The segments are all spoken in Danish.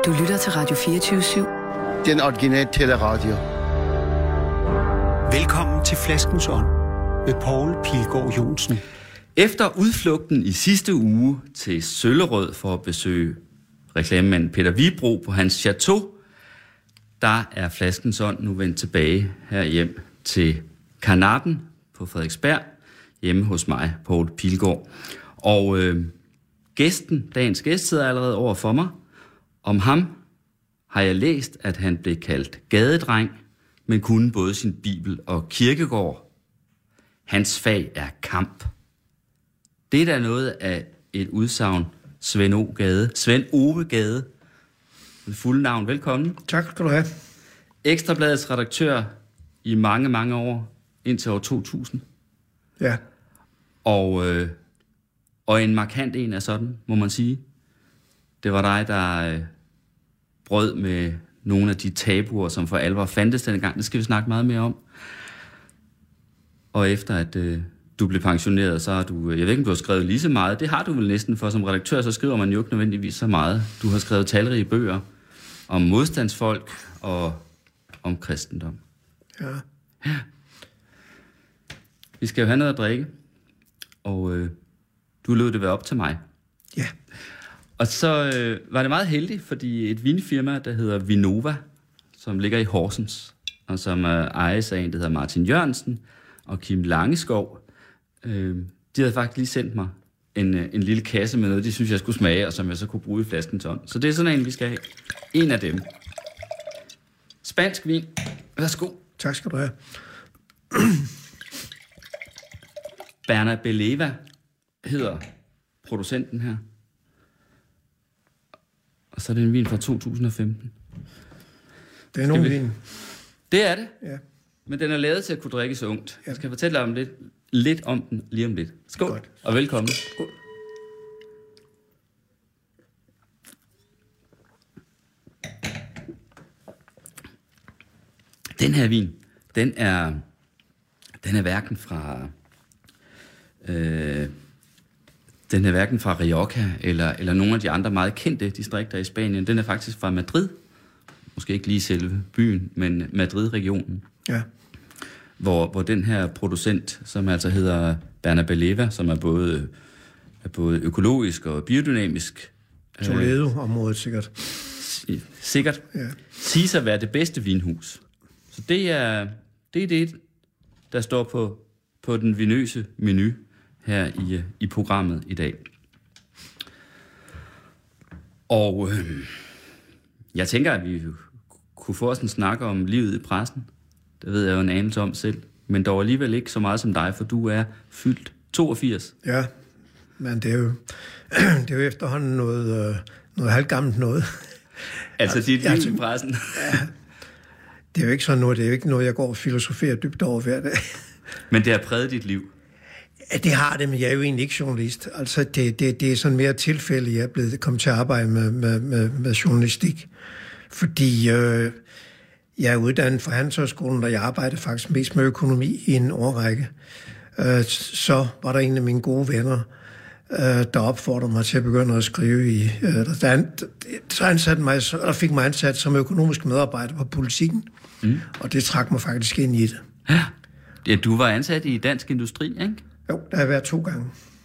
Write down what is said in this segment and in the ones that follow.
Du lytter til Radio 24/7. Den originale teleradio. Velkommen til Flaskens Ånd med Poul Pilgaard Johnsen. Efter udflugten i sidste uge til Søllerød for at besøge reklamemanden Peter Vibro på hans chateau, der er Flaskens Ånd nu vendt tilbage her hjem til Karnappen på Frederiksberg, hjemme hos mig, Poul Pilgaard. Og dagens gæst sidder allerede over for mig. Om ham har jeg læst, at han blev kaldt gadedreng, men kunne både sin bibel og kirkegård. Hans fag er kamp. Det er da noget af et udsagn. Svend Ove Gade. Det fulde navn. Velkommen. Tak skal du have. Ekstrabladets redaktør i mange, mange år, indtil år 2000. Ja. Og en markant en af sådan, må man sige. Det var dig, der brød med nogle af de tabuer, som for alvor fandtes dengang. Det skal vi snakke meget mere om. Og efter at du blev pensioneret, så har du, jeg ved ikke, om du har skrevet lige så meget. Det har du vel næsten, for som redaktør, så skriver man jo ikke nødvendigvis så meget. Du har skrevet talrige bøger om modstandsfolk og om kristendom. Ja. Vi skal jo have noget at drikke, og du lod det være op til mig. Ja. Og så var det meget heldigt, fordi et vinfirma, der hedder Vinova, som ligger i Horsens, og som ejes af en, der hedder Martin Jørgensen og Kim Langeskov, de havde faktisk lige sendt mig en lille kasse med noget, de synes, jeg skulle smage, og som jeg så kunne bruge i Flaskens Ånd. Så det er sådan en, vi skal have. En af dem. Spansk vin. Værsgo. Tak skal du have. Bernabelleva hedder producenten her. Og så er det en vin fra 2015. Det er nogen vin. Det er det. Ja. Men den er lavet til at kunne drikkes ungt. Jeg skal fortælle dig om lidt om den lige om lidt. Skål, godt. Og velkommen. Skål. Den her vin, den er hverken fra Rioja eller nogle af de andre meget kendte distrikter i Spanien. Den er faktisk fra Madrid. Måske ikke lige selve byen, men Madrid-regionen. Ja. Hvor den her producent, som altså hedder Bernabelleva, som er både økologisk og biodynamisk. Toledo-området sikkert. Sikkert. Ja. Siges at være det bedste vinhus. Så det er det, der står på den vinøse menu her i programmet i dag. Og jeg tænker, at vi kunne få os en snak om livet i pressen. Det ved jeg jo en anelse om selv. Men dog alligevel ikke så meget som dig, for du er fyldt 82. Ja, men det er jo efterhånden noget halvgammelt noget. Altså dit liv i pressen? Ja, det er jo ikke sådan noget, det er jo ikke noget, jeg går og filosoferer dybt over hver dag. Men det har præget dit liv? Ja, det har det, men jeg er jo egentlig ikke journalist. Altså, det er sådan mere tilfælde, jeg er kommet til at arbejde med journalistik. Fordi jeg er uddannet fra Handelshøjskolen, og jeg arbejder faktisk mest med økonomi i en årrække. Så var der en af mine gode venner, der opfordrede mig til at begynde at skrive i... Så fik mig ansat som økonomisk medarbejder på Politiken, og det trak mig faktisk ind i det. Ja, du var ansat i Dansk Industri, ikke? Jo, der har jeg været 2 gange.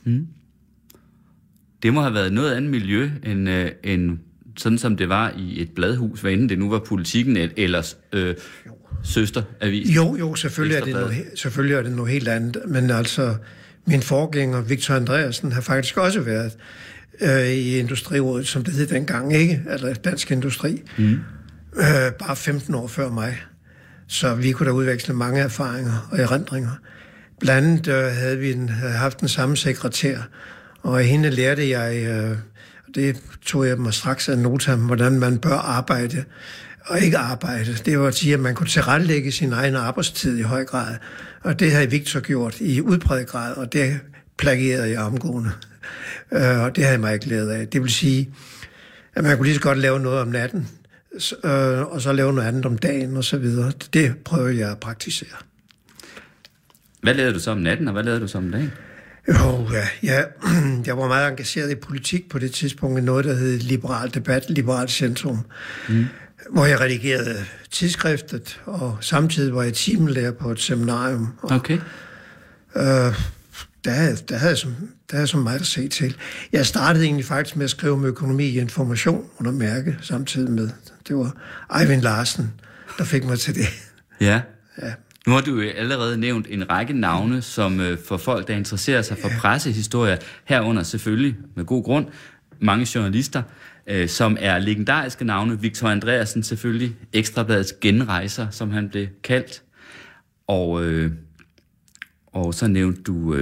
Det må have været noget andet miljø, end sådan som det var i et bladhus, hvad enten det nu var Politiken eller søsteravis. Jo, selvfølgelig er det noget helt andet. Men altså, min forgænger, Victor Andreasen, har faktisk også været i Industrirådet, som det hed dengang, ikke? Eller Dansk Industri. Bare 15 år før mig. Så vi kunne da udveksle mange erfaringer og erindringer. Blandt andet havde vi haft den samme sekretær, og hende lærte jeg, det tog jeg mig straks af notam, hvordan man bør arbejde og ikke arbejde. Det var at sige, at man kunne tilrettelægge sin egen arbejdstid i høj grad, og det havde Victor gjort i udbredt grad, og det plagierede jeg omgående. Og det havde jeg mig ikke lært af. Det vil sige, at man kunne lige så godt lave noget om natten, og så lave noget andet om dagen og så videre. Det prøver jeg at praktisere. Hvad lavede du så om natten, og hvad lavede du så om dagen? Jo, ja. Jeg var meget engageret i politik på det tidspunkt, noget, der hed Liberal Debat, Liberalt Centrum, hvor jeg redigerede tidsskriftet, og samtidig var jeg timelærer på et seminarium. Okay. Der havde jeg så meget at se til. Jeg startede egentlig faktisk med at skrive om økonomi i Information under mærke samtidig med. Det var Eivind Larsen, der fik mig til det. Ja. Nu har du jo allerede nævnt en række navne, som for folk, der interesserer sig for pressehistorie, herunder selvfølgelig med god grund, mange journalister, som er legendariske navne. Victor Andreasen selvfølgelig, Ekstrabladets genrejser, som han blev kaldt. Og så nævnte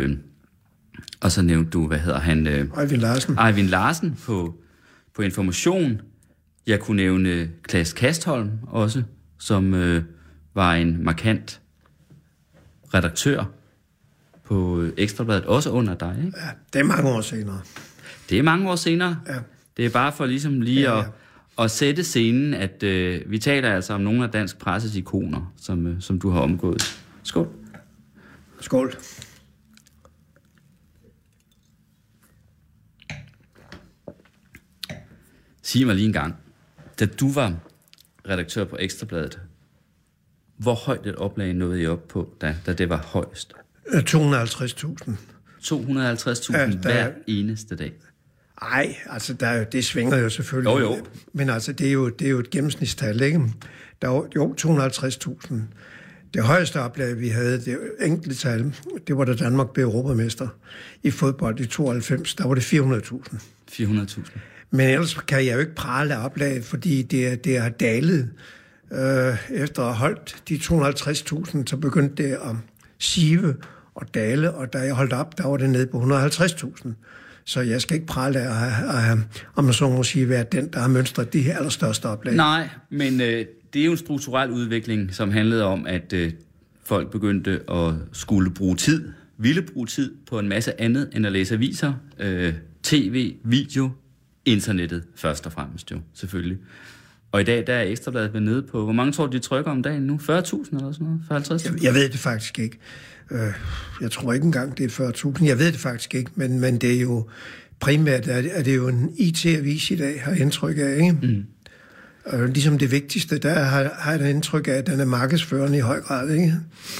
du, hvad hedder han? Eivind Larsen på Information. Jeg kunne nævne Claes Kastholm også, som var en markant redaktør på Ekstrabladet, også under dig, ikke? Ja, det er mange år senere. Det er mange år senere. Ja. Det er bare for ligesom lige at sætte scenen, at vi taler altså om nogle af dansk presses ikoner, som du har omgået. Skål. Skål. Sig mig lige en gang, da du var redaktør på Ekstrabladet, hvor højt et oplag nåede I op på, da det var højst? 250.000. 250.000 hver eneste dag? Nej, altså det svinger jo selvfølgelig. Jo. Men altså, det er jo et gennemsnitstal, ikke? Der var jo 250.000. Det højeste oplag, vi havde, det enkelte tal, det var da Danmark blev europamester i fodbold i 92. Der var det 400.000. 400.000. Men ellers kan jeg jo ikke prale af oplaget, fordi det er dalet. Efter at have holdt de 250.000, så begyndte det at sive og dale, og da jeg holdt op, der var det nede på 150.000. Så jeg skal ikke prale af, om man så må sige, være den, der har mønstret de her allerstørste oplag. Nej, men det er jo en strukturel udvikling, som handlede om, at folk begyndte at ville bruge tid på en masse andet end at læse aviser, tv, video, internettet først og fremmest jo, selvfølgelig. Og i dag, der er Ekstrabladet ved nede på, hvor mange tror du, de trykker om dagen nu? 40.000 eller sådan noget? 50.000? Jeg ved det faktisk ikke. Jeg tror ikke engang, det er 40.000. Jeg ved det faktisk ikke, men det er jo primært, er det jo en IT-avis i dag, har jeg indtryk af, ikke? Ligesom det vigtigste, der har jeg indtryk af, at den er markedsførende i høj grad, ikke?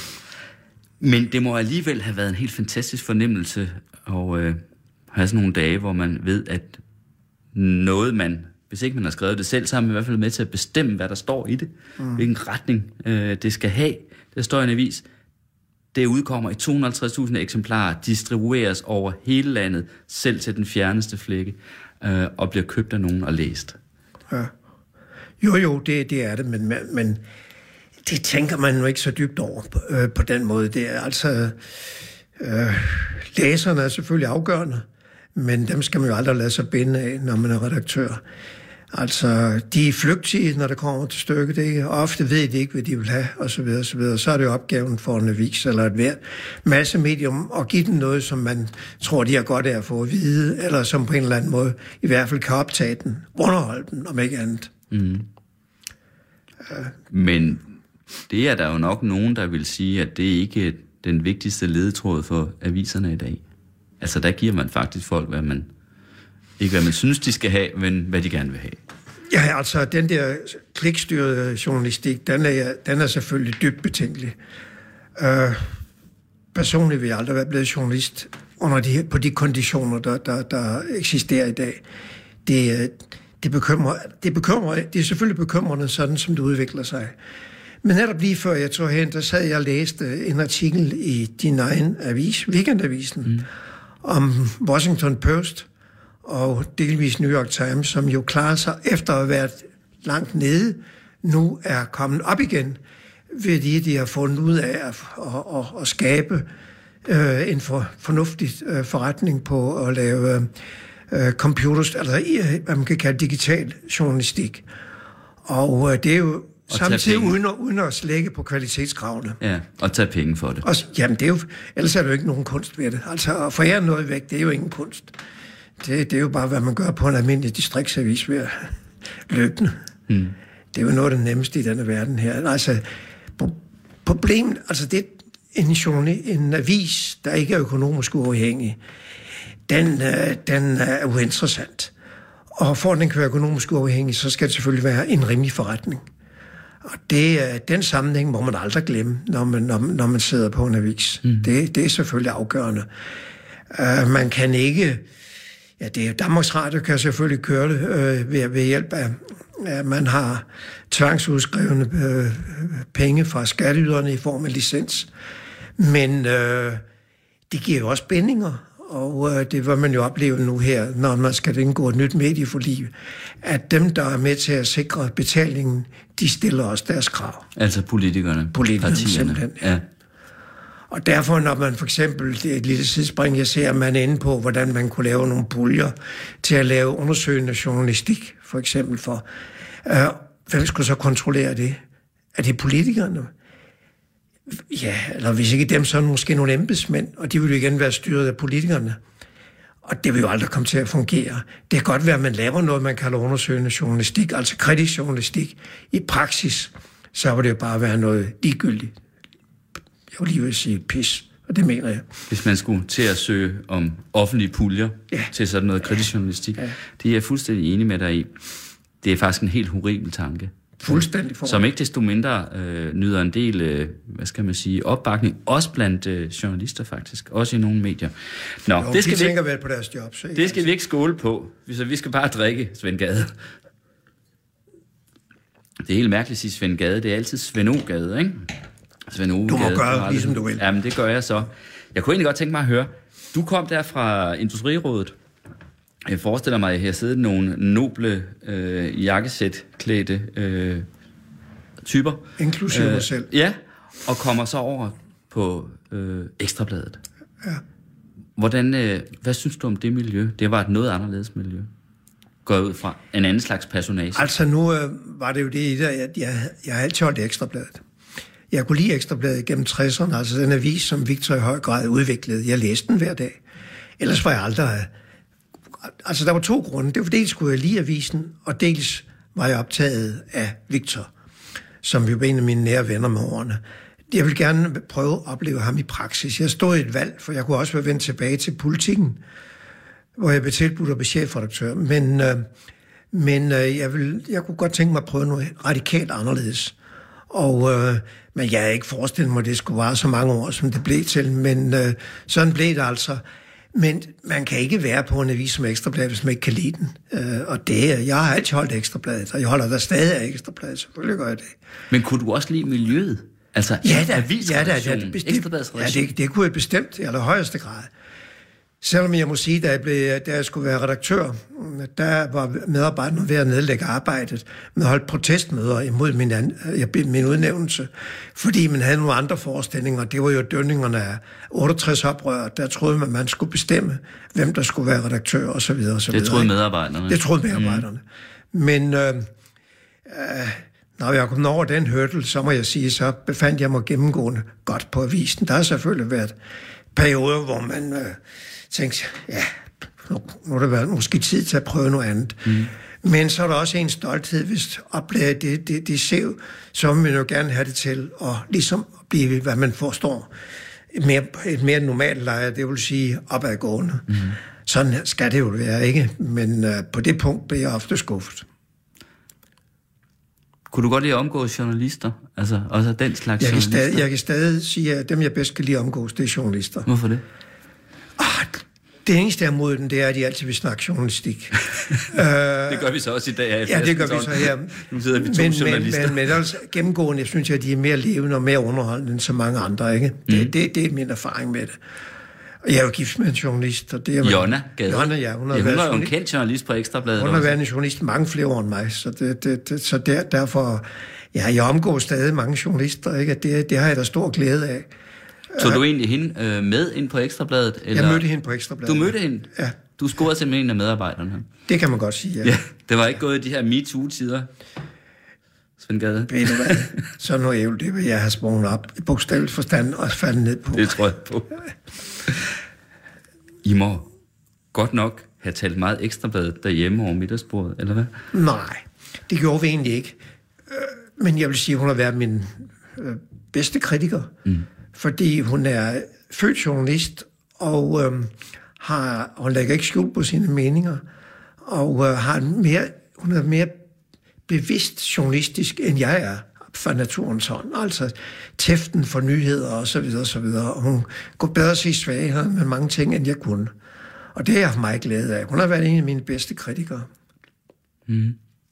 Men det må alligevel have været en helt fantastisk fornemmelse at have sådan nogle dage, hvor man ved, at noget man, hvis ikke man har skrevet det selv, så er man i hvert fald med til at bestemme, hvad der står i det. Hvilken retning det skal have. Det står i en avis. Det udkommer i 250.000 eksemplarer, distribueres over hele landet, selv til den fjerneste flække, og bliver købt af nogen og læst. Ja. Jo, det er det, men det tænker man jo ikke så dybt over på den måde. Det er altså... læserne er selvfølgelig afgørende, men dem skal man jo aldrig lade sig binde af, når man er redaktør. Altså, de er flygtige, når det kommer til stykket, ikke? Og ofte ved de ikke, hvad de vil have, og så videre, og så videre. Så er det jo opgaven for en avis eller et hvert massemedium at give dem noget, som man tror, de har godt af at få at vide, eller som på en eller anden måde i hvert fald kan optage den, underholde den, om ikke andet. Men det er der jo nok nogen, der vil sige, at det ikke er den vigtigste ledetråd for aviserne i dag. Altså, der giver man faktisk folk, hvad man synes, de skal have, men hvad de gerne vil have. Ja, altså, den der klikstyrede journalistik, den er selvfølgelig dybt betænkelig. Personligt vil jeg aldrig være blevet journalist på de konditioner, der eksisterer i dag. Det er selvfølgelig bekymrende, sådan som det udvikler sig. Men netop lige før jeg tog hen, der sad jeg og læste en artikel i din egen avis, Weekendavisen, om Washington Post og delvis New York Times, som jo klarer sig efter at have været langt nede, nu er kommet op igen, fordi de har fundet ud af at skabe en fornuftig forretning på at lave computers, altså hvad man kan kalde digital journalistik. Og det er jo samtidig uden at slække på kvalitetskravene. Ja, og tage penge for det. Jamen, det er jo, ellers er det jo ikke nogen kunst ved det. Altså, at forære noget væk, det er jo ingen kunst. Det er jo bare, hvad man gør på en almindelig distriktsavis ved at løbende. Det er jo noget af det nemmeste i denne verden her. Altså, problemet, altså det, en avis, der ikke er økonomisk uafhængig, den er uinteressant. Og for at den kan være økonomisk uafhængig, så skal det selvfølgelig være en rimelig forretning. Og den sammenhæng må man aldrig glemme, når man sidder på en avis. Det er selvfølgelig afgørende. Man kan ikke... Ja, det er Danmarks Radio kan selvfølgelig køre det ved hjælp af, at man har tvangsudskrevne penge fra skatteyderne i form af licens. Men det giver jo også bindinger, og det vil man jo opleve nu her, når man skal indgå et nyt medieforlig, at dem, der er med til at sikre betalingen, de stiller også deres krav. Altså politikerne, partierne. Simpelthen, ja. Og derfor, når man for eksempel, det er et lille sidespring, jeg ser, at man er inde på, hvordan man kunne lave nogle puljer til at lave undersøgende journalistik, for eksempel for. Hvem skulle så kontrollere det? Er det politikerne? Ja, eller hvis ikke dem, så er det måske nogle embedsmænd, og de vil jo igen være styret af politikerne. Og det vil jo aldrig komme til at fungere. Det kan godt være, at man laver noget, man kalder undersøgende journalistik, altså kritisk journalistik. I praksis, så vil det jo bare være noget ligegyldigt. Jeg vil lige vil sige pis, og det mener jeg. Hvis man skulle til at søge om offentlige puljer til sådan noget kritisk journalistik, det er jeg fuldstændig enig med dig i. Det er faktisk en helt horribel tanke. Fuldstændig for. Som ikke desto mindre nyder en del, hvad skal man sige, opbakning, også blandt journalister faktisk, også i nogle medier. Nå, jo, det skal de tænker vel på deres job. Så det skal vi ikke skåle på. Vi skal bare drikke, Svend Gade. Det er helt mærkeligt at sige Svend Gade. Det er altid Svend O. Gade, ikke? Svend O. Du må gøre, ligesom du vil. Jamen, det gør jeg så. Jeg kunne egentlig godt tænke mig at høre. Du kom der fra Industrirådet. Jeg forestiller mig, at her sidder nogle noble jakkesæt-klædte typer. Inklusive mig selv. Ja, og kommer så over på Ekstrabladet. Ja. Hvad synes du om det miljø? Det var et noget anderledes miljø. Går ud fra en anden slags personage. Altså nu var det jo det, at jeg har altid holdt Ekstrabladet. Jeg kunne lide Ekstrabladet gennem 60'erne, altså den avis, som Victor i høj grad udviklede. Jeg læste den hver dag. Ellers var jeg aldrig... Altså, der var 2 grunde. Det var dels skulle jeg lide avisen, og dels var jeg optaget af Victor, som jo var en af mine nære venner med årene. Jeg ville gerne prøve at opleve ham i praksis. Jeg stod i et valg, for jeg kunne også være vendt tilbage til politikken, hvor jeg blev tilbudt at blive chefredaktør. Men jeg kunne godt tænke mig at prøve noget radikalt anderledes. Men jeg havde ikke forestillet mig, at det skulle vare så mange år, som det blev til. Men sådan blev det altså. Men man kan ikke være på en avis som Ekstrabladet, hvis man ikke kan lide den. Jeg har altid holdt Ekstrabladet, og jeg holder der stadig af Ekstrabladet. Selvfølgelig gør jeg det. Men kunne du også lide miljøet? Altså avisredaktionen, Ekstrabladets redaktion? Ja, det kunne jeg bestemt i allerhøjeste grad. Selvom jeg må sige, da jeg skulle være redaktør, der var medarbejderne ved at nedlægge arbejdet, med holdt protestmøder imod min udnævnelse, fordi man havde nogle andre forestillinger. Det var jo dønningerne af 68 oprør, der troede man skulle bestemme, hvem der skulle være redaktør osv. Det troede medarbejderne. Det troede medarbejderne. Men når jeg kom over den hurdle, så må jeg sige, så befandt jeg mig gennemgående godt på avisen. Der har selvfølgelig været perioder, hvor man tænkte, ja, nu er det været måske tid til at prøve noget andet. Men så er der også en stolthed, hvis oplaget det ser, så vil man jo gerne have det til at ligesom blive, hvad man forstår, et mere normalt leje, det vil sige opadgående. Sådan skal det jo være, ikke? Men på det punkt bliver jeg ofte skuffet. Kunne du godt lide at omgås journalister? Altså også den slags journalister? Jeg kan stadig sige, at dem, jeg bedst kan lide at omgås, det er journalister. Hvorfor det? Det eneste, jeg er mod den, det er, at de altid vil snakke journalistik. Det gør vi så også i dag. Ja, det gør vi så her. Nu sidder vi 2 journalister. Men ellers gennemgående, jeg synes, at de er mere levende og mere underholdende end så mange andre, ikke? Det er min erfaring med det. Og jeg er jo gift med en journalist. Og det er Jonna Gade. Jonna, ja. Hun var jo en kendt journalist på Ekstrabladet. Hun har været en journalist mange flere år end mig, så derfor... Ja, jeg omgår stadig mange journalister, ikke? Det har jeg da stor glæde af. Så du egentlig hende med ind på Ekstrabladet? Eller? Jeg mødte hende på Ekstrabladet. Du mødte hende? Ja. Du scorede simpelthen en af medarbejderne? Det kan man godt sige, ja. Ja, det var ikke gået i de her MeToo-tider, Svend Gade? Ved du hvad? Sådan noget ævl, det vil jeg have sprunget op i bogstaveligt forstand og faldet ned på. Det tror jeg på. I må godt nok have talt meget Ekstrabladet derhjemme over middagsbordet, eller hvad? Nej, det gjorde vi egentlig ikke. Men jeg vil sige, at hun har været min bedste kritiker. fordi hun er født journalist, og hun lægger ikke skjul på sine meninger, og hun er mere bevidst journalistisk, end jeg er fra naturens hånd. Altså tæften for nyheder og så videre, og så videre. Og hun kunne bedre sige svagheder med mange ting, end jeg kunne. Og det er jeg for mig glæde af. Hun har været en af mine bedste kritikere. Mm.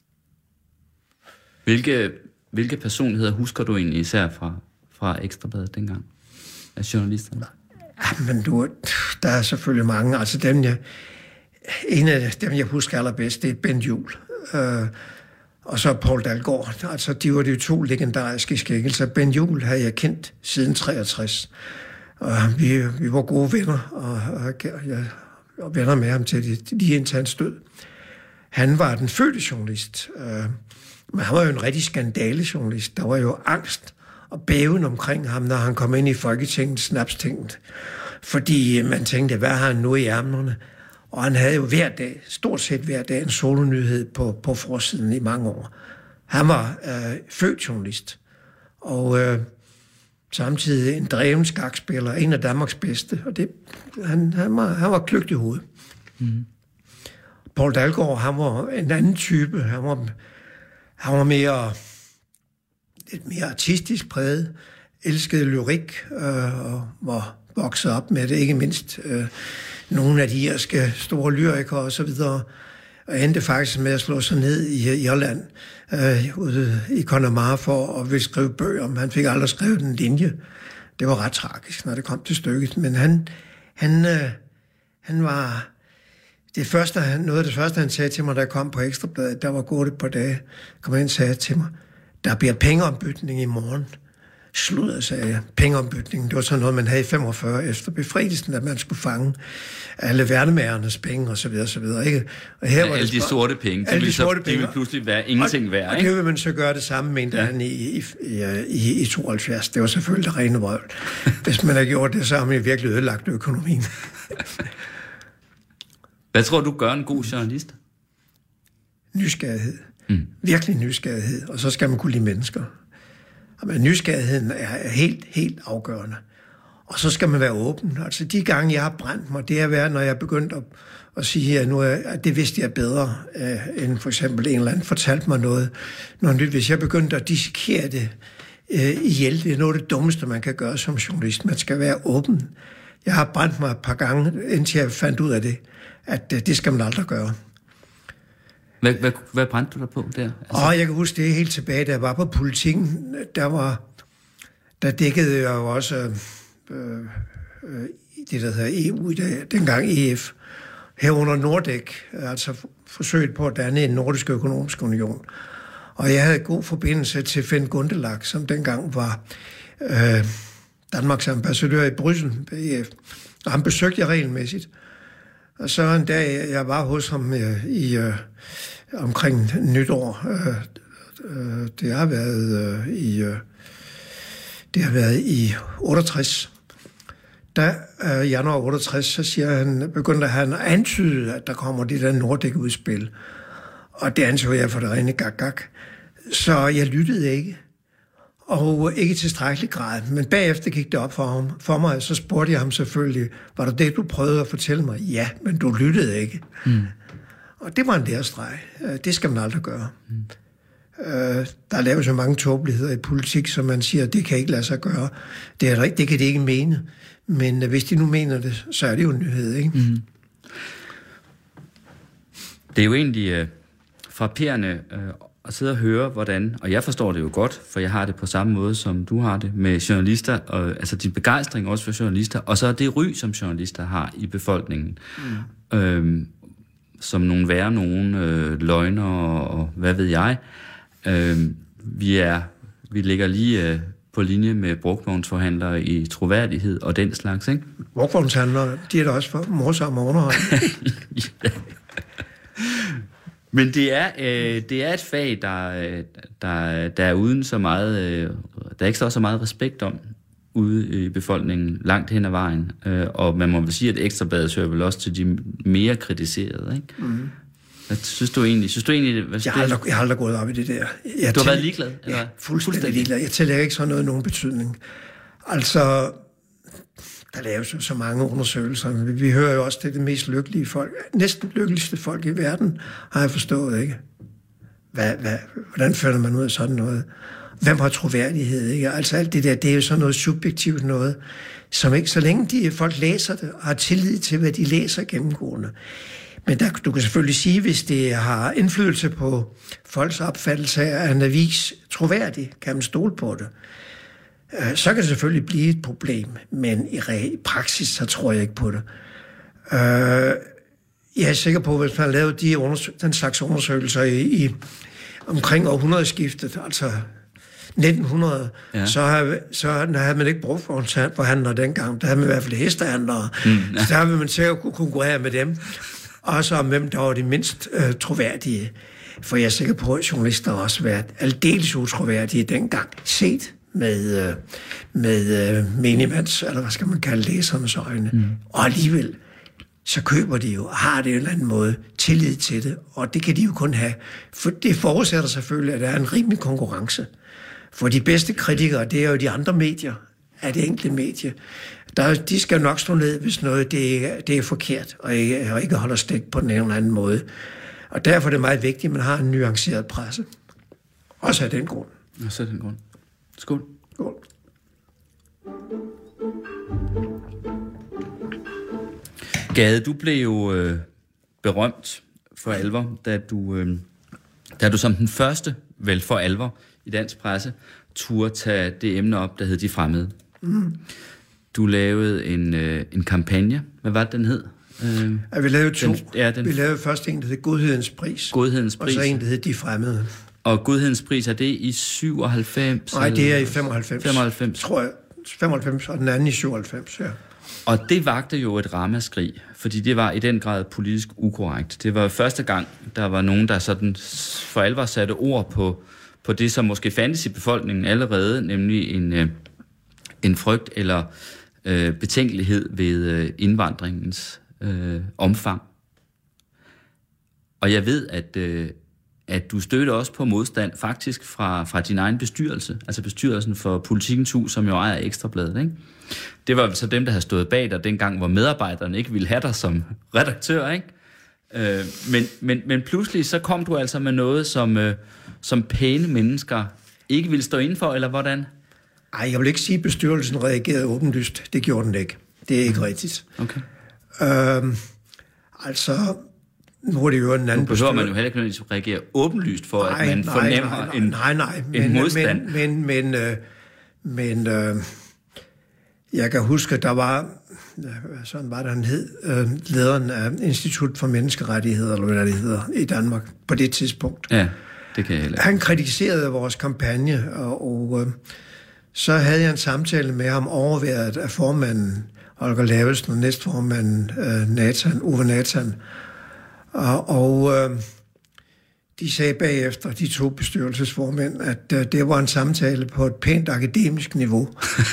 Hvilke personligheder husker du egentlig især fra Ekstra Bladet dengang af journalisterne? Men der er selvfølgelig mange. Altså en af dem, jeg husker allerbedst, det er Bent Juhl. Og så Poul Dalgaard. Altså, de var de to legendariske skikkelser. Bent Juhl havde jeg kendt siden 63. Og vi var gode venner, og venner med ham til lige indtil hans død. Han var den fødte journalist, men han var jo en rigtig skandalejournalist. Der var jo angst og bæven omkring ham, når han kom ind i Folketinget, snapstinget. Fordi man tænkte, hvad har han nu i ærmerne? Og han havde jo stort set hver dag, en solonyhed på forsiden i mange år. Han var født journalist, og samtidig en dreven skakspiller, en af Danmarks bedste, og han var kløgt i hovedet. Mm. Poul Dalgaard, han var en anden type. Han var lidt mere artistisk præget, elskede lyrik, og var vokset op med det, ikke mindst nogle af de irske store lyrikere og så videre, og endte faktisk med at slå sig ned i Irland, ude i Connemara for at ville skrive bøger, men han fik aldrig skrevet en linje. Det var ret tragisk, når det kom til stykket, men han var... Noget af det første, han sagde til mig, da jeg kom på Ekstra Bladet, der var gået et par dage, kom ind og sagde til mig, der bliver pengeombytning i morgen. Sludder, sagde jeg. Pengeombytningen, det var sådan noget, man havde i 45 efter befrielsen, at man skulle fange alle værnemærernes penge, og så videre, så videre, ikke? Og her var alle de sorte penge, de vil pludselig være ingenting værd, ikke? Og det vil man så gøre det samme, mente han i 72. Det var selvfølgelig det rene vrøvl. Hvis man havde gjort det, så har man virkelig ødelagt økonomien. Hvad tror du gør en god journalist? Nysgerrighed. Virkelig nysgerrighed. Og så skal man kunne lide mennesker. Men nysgerrigheden er helt, helt afgørende. Og så skal man være åben. Altså de gange, jeg har brændt mig, det har været, når jeg er begyndt at sige, at det vidste jeg bedre, end for eksempel en eller anden fortalte mig noget. Hvis jeg begyndte at dissekere det ihjel, det er noget af det dummeste, man kan gøre som journalist. Man skal være åben. Jeg har brændt mig et par gange, indtil jeg fandt ud af det, at det skal man aldrig gøre. Hvad brændte du der på der? Altså... Jeg kan huske det helt tilbage, da jeg var på Politikken. Der dækkede jeg jo også det, der hedder EU i dag, dengang EF. Herunder Nordek, altså forsøget på at danne en nordisk økonomisk union. Og jeg havde god forbindelse til Finn Gundelach, som dengang var Danmarks ambassadør i Bryssel ved EF. Og han besøgte jeg regelmæssigt. Og så en dag, jeg var hos ham omkring nytår. Det har været i 68. Da januar 68, så begyndte han at antyde, at der kommer det der Nordek-udspil. Og det anså jeg for det rene gak. Så jeg lyttede ikke. Og ikke i tilstrækkelig grad. Men bagefter gik det op for mig, så spurgte jeg ham selvfølgelig, var det du prøvede at fortælle mig? Ja, men du lyttede ikke. Og det var en lærestreg. Det skal man aldrig gøre. Der laves jo mange tåbeligheder i politik, som man siger, det kan ikke lade sig gøre. Det kan de ikke mene. Men hvis de nu mener det, så er det jo en nyhed, ikke? Det er jo egentlig frapperende at sidde og høre, hvordan, og jeg forstår det jo godt, for jeg har det på samme måde, som du har det, med journalister, og, altså din begejstring også for journalister, og så det ry, som journalister har i befolkningen, som nogle løgner og hvad ved jeg. Vi ligger lige på linje med brugtvognsforhandlere i troværdighed og den slags, ikke? Brugtvognshandlere, de er da også for morsomme og underholdende. Ja. Men det er et fag, der er uden så meget, der ikke står så meget respekt om ude i befolkningen langt hen ad vejen. Og man må vel sige, at Ekstra Bladet hører vel også til de mere kritiserede, ikke? Mm. Hvad synes du egentlig? Jeg har aldrig gået op i det der. Du har været ligeglad? Ja, fuldstændig ligeglad. Jeg tillægger ikke sådan nogen betydning. Altså, der laves jo så mange undersøgelser. Vi hører jo også, det er det mest lykkelige folk, næsten lykkeligste folk i verden, har jeg forstået, ikke? Hvordan føler man ud af sådan noget? Hvem har troværdighed, ikke? Altså alt det der, det er jo sådan noget subjektivt noget, som ikke, så længe folk læser det, har tillid til, hvad de læser gennemgående. Men du kan selvfølgelig sige, hvis det har indflydelse på folks opfattelse af en avis troværdig, kan man stole på det. Så kan det selvfølgelig blive et problem, men i praksis, så tror jeg ikke på det. Jeg er sikker på, at hvis man lavede den slags undersøgelser i omkring århundredeskiftet, altså 1900, ja. så havde man ikke brugt forhandlere dengang. Der havde man i hvert fald hestehandlere. Så der havde man sikkert kunne konkurrere med dem. Og så om hvem der var de mindst troværdige. For jeg er sikker på, at journalister har også været aldeles utroværdige dengang, set med minimands, eller hvad skal man kalde læsernes øjne. Og alligevel, så køber de jo, har det en eller anden måde tillid til det, og det kan de jo kun have. For det forudsætter selvfølgelig, at der er en rimelig konkurrence. For de bedste kritikere, det er jo de andre medier, af det enkelte medie. De skal nok stå ned, hvis noget det er forkert, og ikke holder stik på den ene eller anden måde. Og derfor er det meget vigtigt, at man har en nuanceret presse. Også af den grund. Også af den grund. Skål. Skål. Gade, du blev jo berømt for alvor, da du som den første, vel for alvor, i dansk presse, turde tage det emne op, der hed De Fremmede. Du lavede en kampagne. Hvad var det, den hed? Ja, vi lavede to. Vi lavede først en, der hed Godhedens Pris. Godhedens Pris. Og så en, der hed De Fremmede. Og Godhedens Pris, er det i 97? Nej, det er i 95. 95. Tror jeg. 95, og den anden i 97, ja. Og det vagte jo et ramaskrig, fordi det var i den grad politisk ukorrekt. Det var første gang, der var nogen, der sådan for alvor satte ord på det, som måske fandtes i befolkningen allerede, nemlig en frygt eller betænkelighed ved indvandringens omfang. Og jeg ved, at du stødte også på modstand faktisk fra din egen bestyrelse, altså bestyrelsen for Politikens Hus, som jo ejer Ekstrabladet, ikke? Det var så dem, der havde stået bag dig dengang, hvor medarbejderne ikke ville have dig som redaktør, ikke? Men pludselig så kom du altså med noget, som pæne mennesker ikke ville stå inden for, eller hvordan? Ej, jeg vil ikke sige, at bestyrelsen reagerede åbenlyst. Det gjorde den ikke. Det er ikke rigtigt. Okay. Altså, nu er det jo en anden bestyrelse. Nu behøver man jo heller ikke nødvendigvis reagere åbenlyst for, at man fornemmer en modstand. Men jeg kan huske, at der var, sådan var der han hed, lederen af Institut for Menneskerettigheder, eller hvad det hedder, i Danmark på det tidspunkt. Ja, det kan jeg heller. Han kritiserede vores kampagne, og så havde jeg en samtale med ham overværet af formanden, Holger Lavesen, og næstformanden Ove Nathan. Og de sagde bagefter, de to bestyrelsesformænd, at det var en samtale på et pænt akademisk niveau.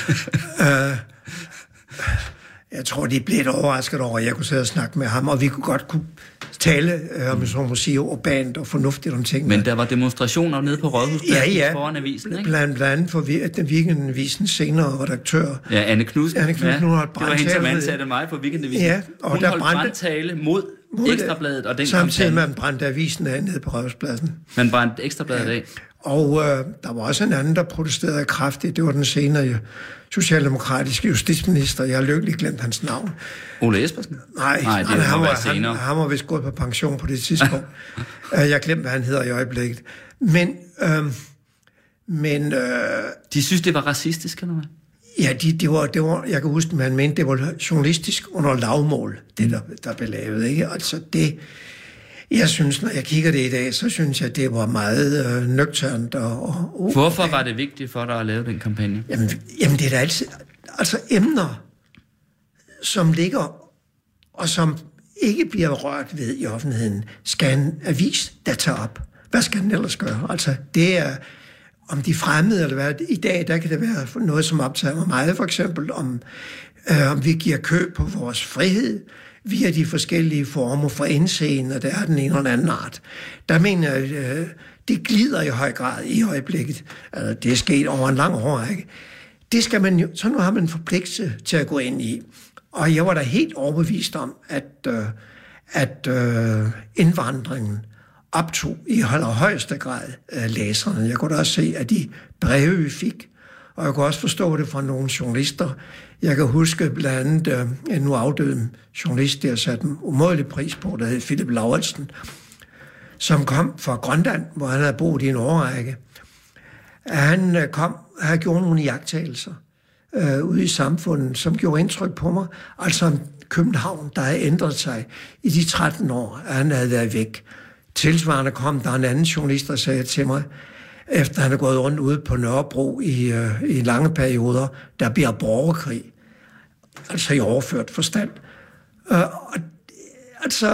Jeg tror, de blev lidt overrasket over, at jeg kunne sidde og snakke med ham, og vi kunne tale, om så må sige, urbant og fornuftigt om tingene. Men der var demonstrationer nede på Rådhuspladsen foran avisen, ikke? Blandt andet for Weekendavisens senere redaktør. Ja, Anne Knudsen. Anne Knudsen, hun har et brandtale. Det var hende, som ansatte mig på Weekendavisen. Ja, og hun holdt brandtale mod Ekstrabladet og den samtidig med, man brændte avisen af nede på Rådhuspladsen. Man brændte Ekstrabladet af. Og der var også en anden, der protesterede kraftigt. Det var den senere socialdemokratiske justitsminister. Jeg har lykkeligt glemt hans navn. Ole Espersen? Nej, han var vist gået på pension på det tidspunkt. Jeg glemte, hvad han hedder i øjeblikket. Men de synes, det var racistisk, eller hvad? Ja, det var, jeg kan huske, man mente, det var journalistisk under lavmål, det der blev lavet, ikke? Altså det, jeg synes, når jeg kigger det i dag, så synes jeg, det var meget nøgternt. Hvorfor var det vigtigt for dig at lave den kampagne? Jamen det er da altid, altså emner, som ligger, og som ikke bliver rørt ved i offentligheden, skal en avis da tage op. Hvad skal den ellers gøre? Altså det er, om de fremmede, eller hvad, i dag, der kan det være noget, som optager mig meget, for eksempel om vi giver køb på vores frihed, via de forskellige former for indseende, og der er den ene eller anden art. Der mener jeg, det glider i høj grad i øjeblikket. Altså, det er sket over en lang årrække. det skal man jo, så nu har man en forpligtelse til at gå ind i. Og jeg var da helt overbevist om, at indvandringen optog i allerhøjeste grad læserne. Jeg kunne da også se, at de breve, vi fik, og jeg kunne også forstå det fra nogle journalister. Jeg kan huske blandt andet en nu afdød journalist, der satte en umådelig pris på, der hed Philip Lauritsen, som kom fra Grønland, hvor han havde boet i en årrække. Han havde gjort nogle iagttagelser ude i samfundet, som gjorde indtryk på mig. Altså om København, der havde ændret sig i de 13 år, at han havde været væk. Tilsvarende kom der en anden journalist, der sagde til mig, efter han er gået rundt ude på Nørrebro i lange perioder, der bliver borgerkrig. Altså i overført forstand. Altså,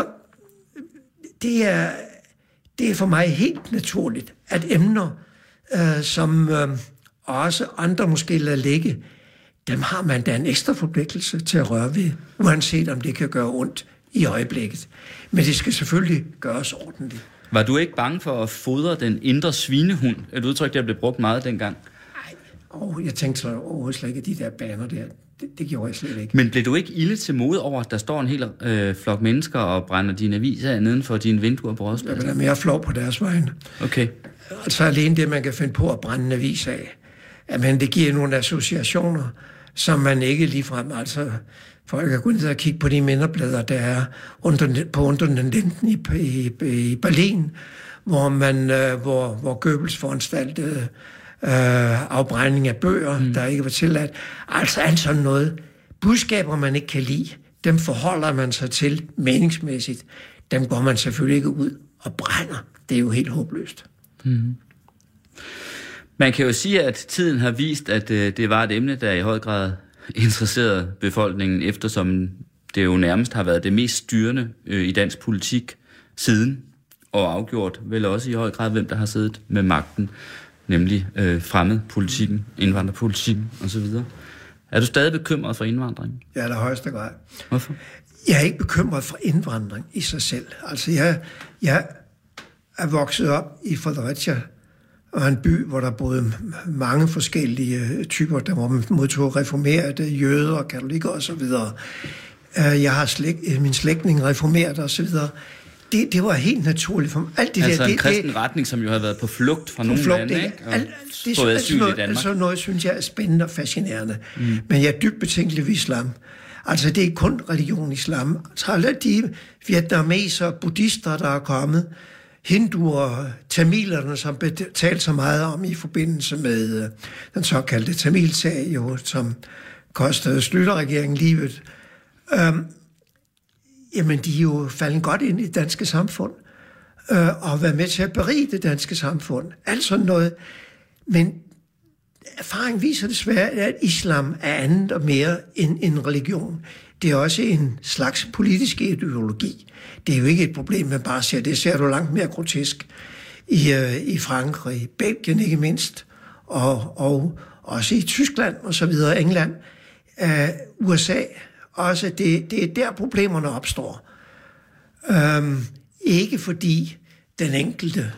det er for mig helt naturligt, at emner, som også andre måske lader ligge, dem har man da en ekstra forpligtelse til at røre ved, uanset om det kan gøre ondt i øjeblikket. Men det skal selvfølgelig gøres ordentligt. Var du ikke bange for at fodre den indre svinehund? Et udtryk, der blev brugt meget dengang. Nej, jeg tænkte så overhovedet slet ikke, de der baner der. Det gjorde jeg slet ikke. Men blev du ikke ilde til mode over, at der står en hel flok mennesker og brænder dine aviser af neden for dine vinduer på Rådhuspladsen? Jeg bliver mere flov på deres vegne. Okay. Altså alene det, man kan finde på at brænde en avis af. Men det giver nogle associationer, som man ikke ligefrem... Altså, folk kan gå ned og kigge på de minderblader, der er under den Linden i Berlin, hvor Goebbels foranstaltede afbrænding af bøger, der ikke var tilladt. Altså alt sådan noget. Budskaber, man ikke kan lide, dem forholder man sig til meningsmæssigt. Dem går man selvfølgelig ikke ud og brænder. Det er jo helt håbløst. Mm-hmm. Man kan jo sige, at tiden har vist, at det var et emne, der i høj grad interesserede befolkningen, eftersom det jo nærmest har været det mest styrende i dansk politik siden, og afgjort vel også i høj grad, hvem der har siddet med magten, nemlig fremmedpolitikken, indvandrerpolitikken osv. Er du stadig bekymret for indvandring? Ja, i højeste grad. Hvorfor? Jeg er ikke bekymret for indvandring i sig selv. Altså, jeg er vokset op i Fredericia, og en by, hvor der boede mange forskellige typer, der var modtog reformerede, jøder, katolikker osv. Jeg har min slægtning reformeret osv. Det var helt naturligt for mig. Alt det altså der, en kristen retning, som jo har været på flugt fra nogle lande, ikke? Og altså noget, synes jeg er spændende og fascinerende. Men jeg er dybt betænkelig ved islam. Altså, det er kun religion islam. Så alle de vietnamesere, buddhister, der er kommet, hinduer, tamilerne, som talt så meget om i forbindelse med den såkaldte tamilsag, jo, som kostede Schlüter-regeringen livet. Jamen, de er jo faldet godt ind i det danske samfund, og været med til at berige det danske samfund. Alt sådan noget. Men erfaring viser desværre, at islam er andet og mere end en religion. Det er også en slags politisk ideologi. Det er jo ikke et problem, man bare ser. Det ser du langt mere grotesk i Frankrig, Belgien ikke mindst, og også i Tyskland og så videre, England, USA. Også det er der problemerne opstår. Ikke fordi den enkelte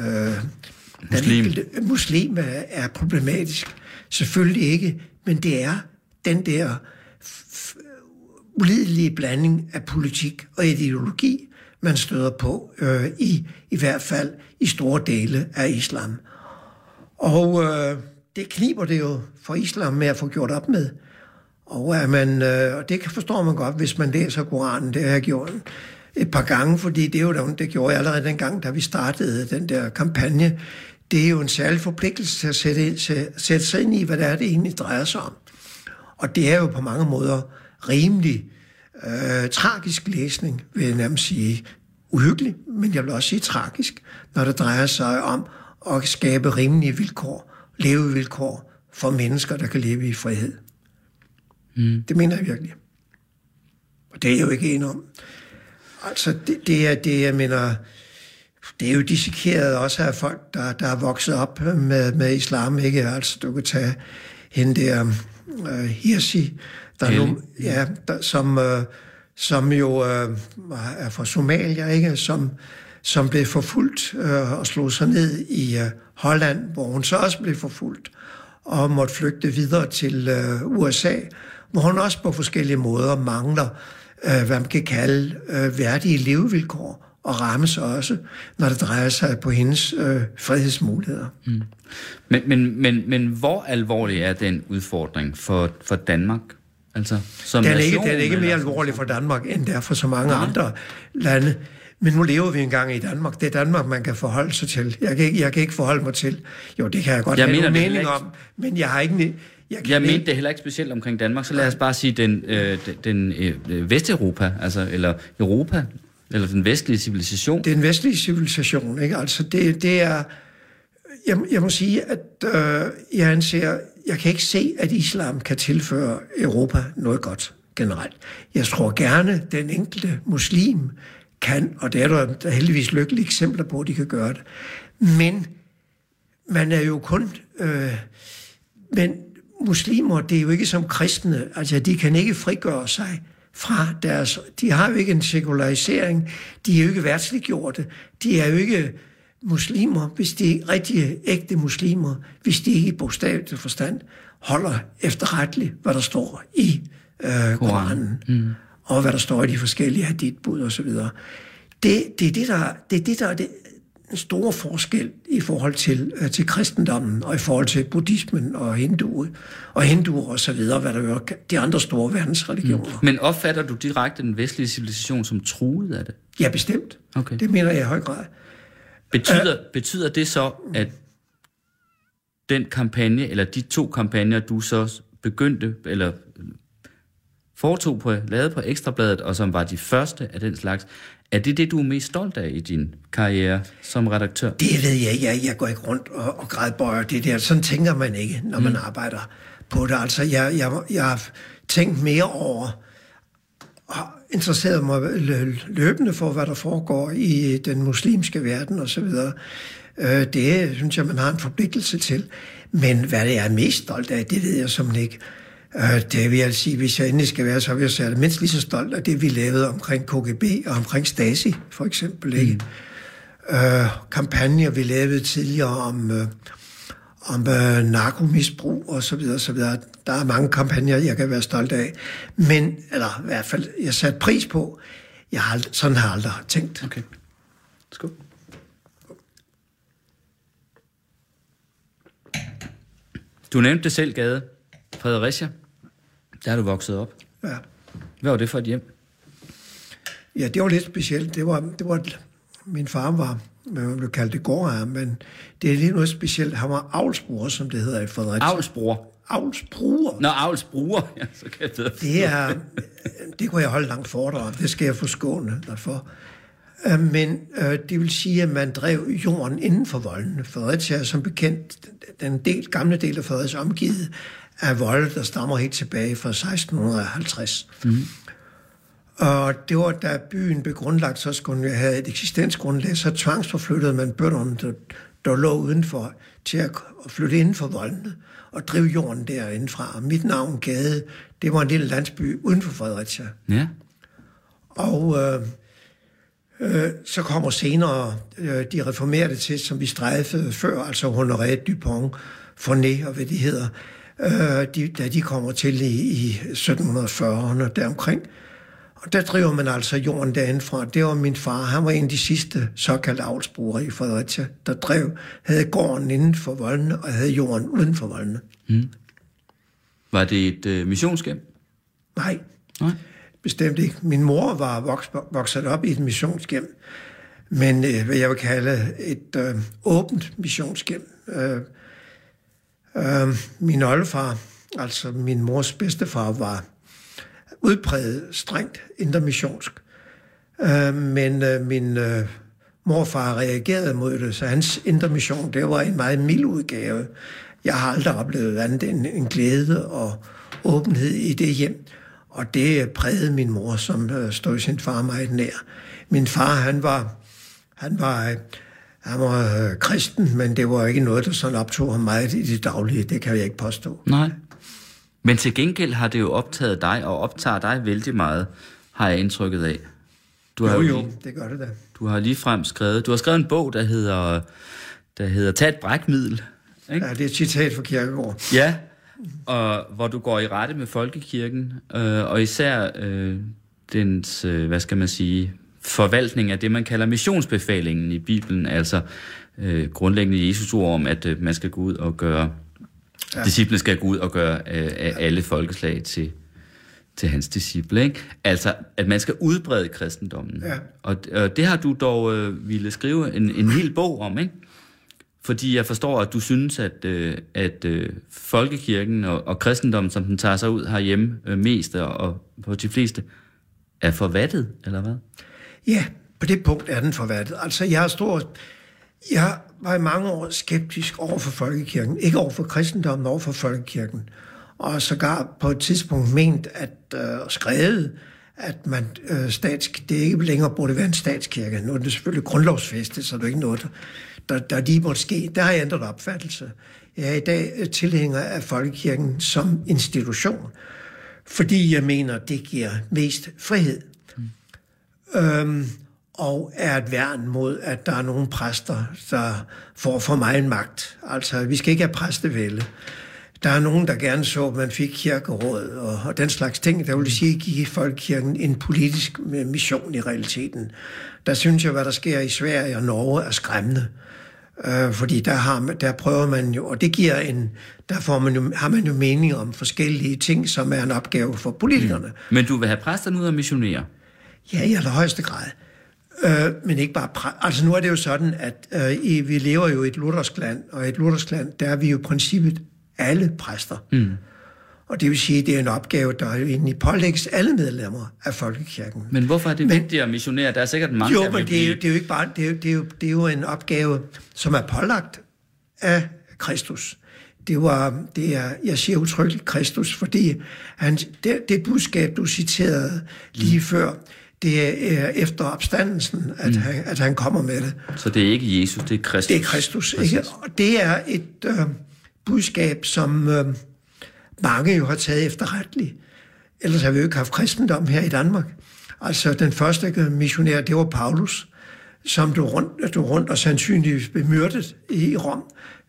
muslim er problematisk. Selvfølgelig ikke, men det er den der ulidelige blanding af politik og ideologi, man støder på, i hvert fald i store dele af islam. Og det kniber det jo for islam med at få gjort op med. Og det forstår man godt, hvis man læser Koranen. Det har jeg gjort et par gange, fordi det gjorde jeg allerede dengang, da vi startede den der kampagne. Det er jo en særlig forpligtelse til at sætte sig ind i, hvad det er, det egentlig drejer sig om. Og det er jo på mange måder rimelig tragisk læsning, vil jeg nærmest sige. Uhyggelig, men jeg vil også sige tragisk, når det drejer sig om at skabe rimelige vilkår, levevilkår for mennesker, der kan leve i frihed. Det mener jeg virkelig. Og det er jeg jo ikke enig om. Altså, det er jo dissekeret også af folk, der er vokset op med islam, ikke? Altså, du kan tage hende der Hirsi, som jo er fra Somalia, ikke? Som blev forfulgt og slog sig ned i Holland, hvor hun så også blev forfulgt. og måtte flygte videre til USA, hvor hun også på forskellige måder mangler, hvad man kan kalde værdige levevilkår, og rammes også, når det drejer sig på hendes frihedsmuligheder. Mm. Men hvor alvorlig er den udfordring for Danmark? Altså, som den er ikke mere alvorlig for Danmark, end der for så mange andre lande. Men nu lever vi engang i Danmark. Det er Danmark, man kan forholde sig til. Jeg kan ikke forholde mig til. Jo, det kan jeg godt have en mening om, men jeg har ikke... Jeg mente det heller ikke specielt omkring Danmark, så lad os bare sige den Vesteuropa, altså, eller Europa, eller den vestlige civilisation. Det er en vestlige civilisation, ikke? Altså, det er... Jeg må sige, at jeg kan ikke se, at islam kan tilføre Europa noget godt generelt. Jeg tror gerne, den enkelte muslim kan, og det er der heldigvis lykkelige eksempler på, at de kan gøre det. Men man er jo kun... men muslimer, det er jo ikke som kristne. Altså, de kan ikke frigøre sig fra deres... De har jo ikke en sekularisering. De er jo ikke værtsliggjorte. De er jo ikke muslimer, hvis de er rigtige, ægte muslimer, hvis de ikke i bogstavelig forstand holder efterretteligt, hvad der står i Koranen, og hvad der står i de forskellige hadithbud og så videre. Det er det, der er den store forskel i forhold til kristendommen, og i forhold til buddhismen og hinduer og så videre, hvad der er de andre store verdensreligioner. Men opfatter du direkte den vestlige civilisation som truet af det? Ja, bestemt. Okay. Det mener jeg i høj grad. Betyder det så, at den kampagne, eller de 2 kampagner, du så begyndte, eller lavede på Ekstrabladet, og som var de første af den slags, er det, du er mest stolt af i din karriere som redaktør? Det ved jeg ikke. Jeg går ikke rundt og grædbøjer det der. Sådan tænker man ikke, når man arbejder på det. Altså, jeg har tænkt mere over og interesseret mig løbende for, hvad der foregår i den muslimske verden og så videre. Det synes jeg, man har en forpligtelse til. Men hvad det er mest stolt af, det ved jeg simpelthen ikke. Det vil jeg sige, hvis jeg endelig skal være, så vil jeg sige, mindst lige så stolt af det, vi lavede omkring KGB og omkring Stasi, for eksempel. Ikke? Kampagner, vi lavede tidligere om narkomisbrug og så videre, så videre. Der er mange kampagner, jeg kan være stolt af. Men, eller i hvert fald, jeg satte pris på. Sådan har jeg aldrig tænkt. Okay. Skål. Du nævnte det selv, Gade. Fredericia. Der er du vokset op. Ja. Hvad var det for et hjem? Ja, det var lidt specielt. Det var min far var, man blev kaldt det gårdejer, men det er lidt noget specielt. Han var avlsbruger, som det hedder i Fredericia. Avlsbruger? Avlsbruger. Nå, avlsbruger. Ja, så kan jeg det kunne jeg holde langt foredrag om. Det skal jeg forskåne derfor. Men det vil sige, at man drev jorden inden for voldene. Fredericia er som bekendt den gamle del af Fredericia omgivet af volde, der stammer helt tilbage fra 1650. Og det var, da byen blev grundlagt, så skulle man have et eksistensgrundlag, så tvangsforflyttede man bønderne, der lå udenfor, til at flytte inden for voldene og drive jorden derindefra. Og mit navn, Gade, det var en lille landsby uden for Fredericia. Ja. Og så kommer senere de reformerede til, som vi strejfede før, altså Honoré Dupont, Fournet og hvad de hedder, da de kommer til i 1740'erne deromkring. Og der driver man altså jorden derindefra. Det var min far. Han var en af de sidste såkaldte avlsbrugere i Fredericia, der havde gården inden for voldene og havde jorden uden for voldene. Var det et missionshjem? Nej. Bestemt ikke. Min mor var vokset op i et missionshjem, men hvad jeg vil kalde et åbent missionshjem. Min oldefar, altså min mors bedstefar, var udpræget strengt intermissionsk. Men min morfar reagerede mod det, så hans intermission, det var en meget mild udgave. Jeg har aldrig oplevet andet end en glæde og åbenhed i det hjem. Og det prægede min mor, som stod sin far meget nær. Min far, han var kristen, men det var ikke noget, der sådan optog ham meget i det daglige. Det kan jeg ikke påstå. Nej. Men til gengæld har det jo optaget dig, og optager dig vældig meget, har jeg indtrykket af. Jo, det gør det da. Du har ligefrem skrevet en bog, der hedder Tag et brækmiddel, ikke? Ja, det er et citat fra Kierkegaard. Ja, og hvor du går i rette med folkekirken, og især dens, hvad skal man sige, forvaltning af det, man kalder missionsbefalingen i Bibelen, altså grundlæggende Jesus ord om, at man skal gå ud og gøre, disciplene skal gå ud og gøre alle folkeslag til hans disciple, ikke? Altså, at man skal udbrede kristendommen. Ja. Og det har du dog ville skrive en hel bog om, ikke? Fordi jeg forstår, at du synes, at folkekirken og kristendommen, som den tager sig ud herhjemme mest og på de fleste, er forvattet, eller hvad? Ja, på det punkt er den forvattet. Altså, jeg var i mange år skeptisk over for folkekirken. Ikke over for kristendommen, men over for folkekirken. Og sågar på et tidspunkt ment skrevet, at man det ikke længere burde være en statskirke. Nu er det selvfølgelig grundlovsfæstet, så det er ikke noget, der lige måtte ske. Der har jeg ændret opfattelse. Jeg er i dag tilhænger af folkekirken som institution, fordi jeg mener, det giver mest frihed. Og er et værn mod, at der er nogle præster, der får for meget magt. Altså, vi skal ikke have præstevælde. Der er nogen, der gerne så, at man fik kirkeråd og den slags ting. Der vil sige, at give folkekirken en politisk mission i realiteten. Der synes jeg, hvad der sker i Sverige og Norge, er skræmmende. Fordi der prøver man jo, og det giver har man jo mening om forskellige ting, som er en opgave for politikerne. Men du vil have præsterne ud og missionere? Ja, i allerhøjeste grad. Men ikke bare altså nu er det jo sådan, at vi lever jo i et luthersk land, og i et luthersk land, der er vi jo i princippet alle præster. Og det vil sige, at det er en opgave, der jo egentlig pålægges alle medlemmer af folkekirken. Men hvorfor er det vigtigt at missionere? Der er sikkert mange, jo, men det er jo ikke bare, det er jo en opgave, som er pålagt af Kristus. Jeg siger udtrykkeligt Kristus, fordi det budskab, du citerede lige før, det er efter opstandelsen, at han kommer med det. Så det er ikke Jesus, det er Kristus? Det er Kristus, ikke? Og det er et budskab, som mange jo har taget efterretteligt. Ellers har vi jo ikke haft kristendom her i Danmark. Altså, den første missionær, det var Paulus, som du rundt og sandsynligvis bemyrdet i Rom,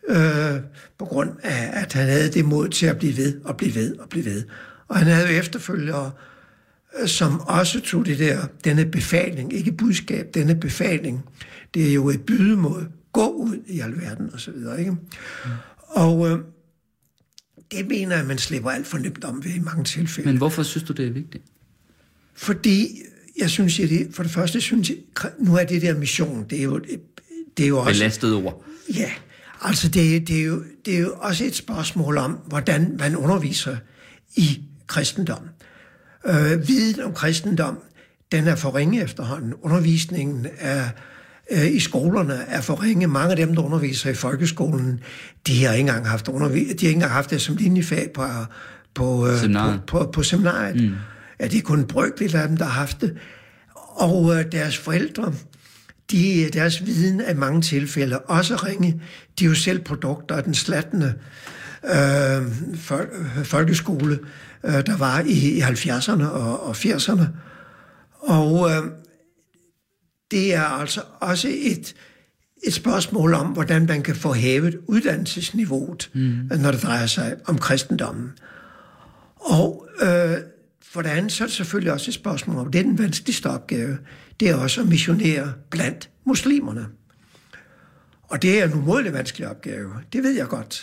på grund af, at han havde det mod til at blive ved og blive ved og blive ved. Og han havde jo efterfølgere, som også tog denne befaling, ikke budskab, denne befaling. Det er jo et byde mod gå ud i alverden og så videre, ikke? Og det mener jeg, man slipper alt for nemt om ved i mange tilfælde. Men hvorfor synes du, det er vigtigt? Fordi jeg synes, for det første synes jeg, nu er det der mission, det er jo også... Belastet ord. Ja, altså det er jo også et spørgsmål om, hvordan man underviser i kristendom. Viden om kristendom, den er for ringe efterhånden. Undervisningen i skolerne er for ringe. Mange af dem, der underviser i folkeskolen, de har ikke engang haft det som linjefag på seminariet. Ja, det er kun en brøkdel af dem, der har haft det. Og deres forældre, deres viden er i mange tilfælde også ringe. De er jo selv produkter af den slattende folkeskole, der var i 70'erne og 80'erne. Og det er altså også et spørgsmål om, hvordan man kan få hævet uddannelsesniveauet, når det drejer sig om kristendommen. Og for det andet, så er det selvfølgelig også et spørgsmål om, det er den vanskeligste opgave, det er også at missionere blandt muslimerne. Og det er en umådelig vanskelig opgave, det ved jeg godt.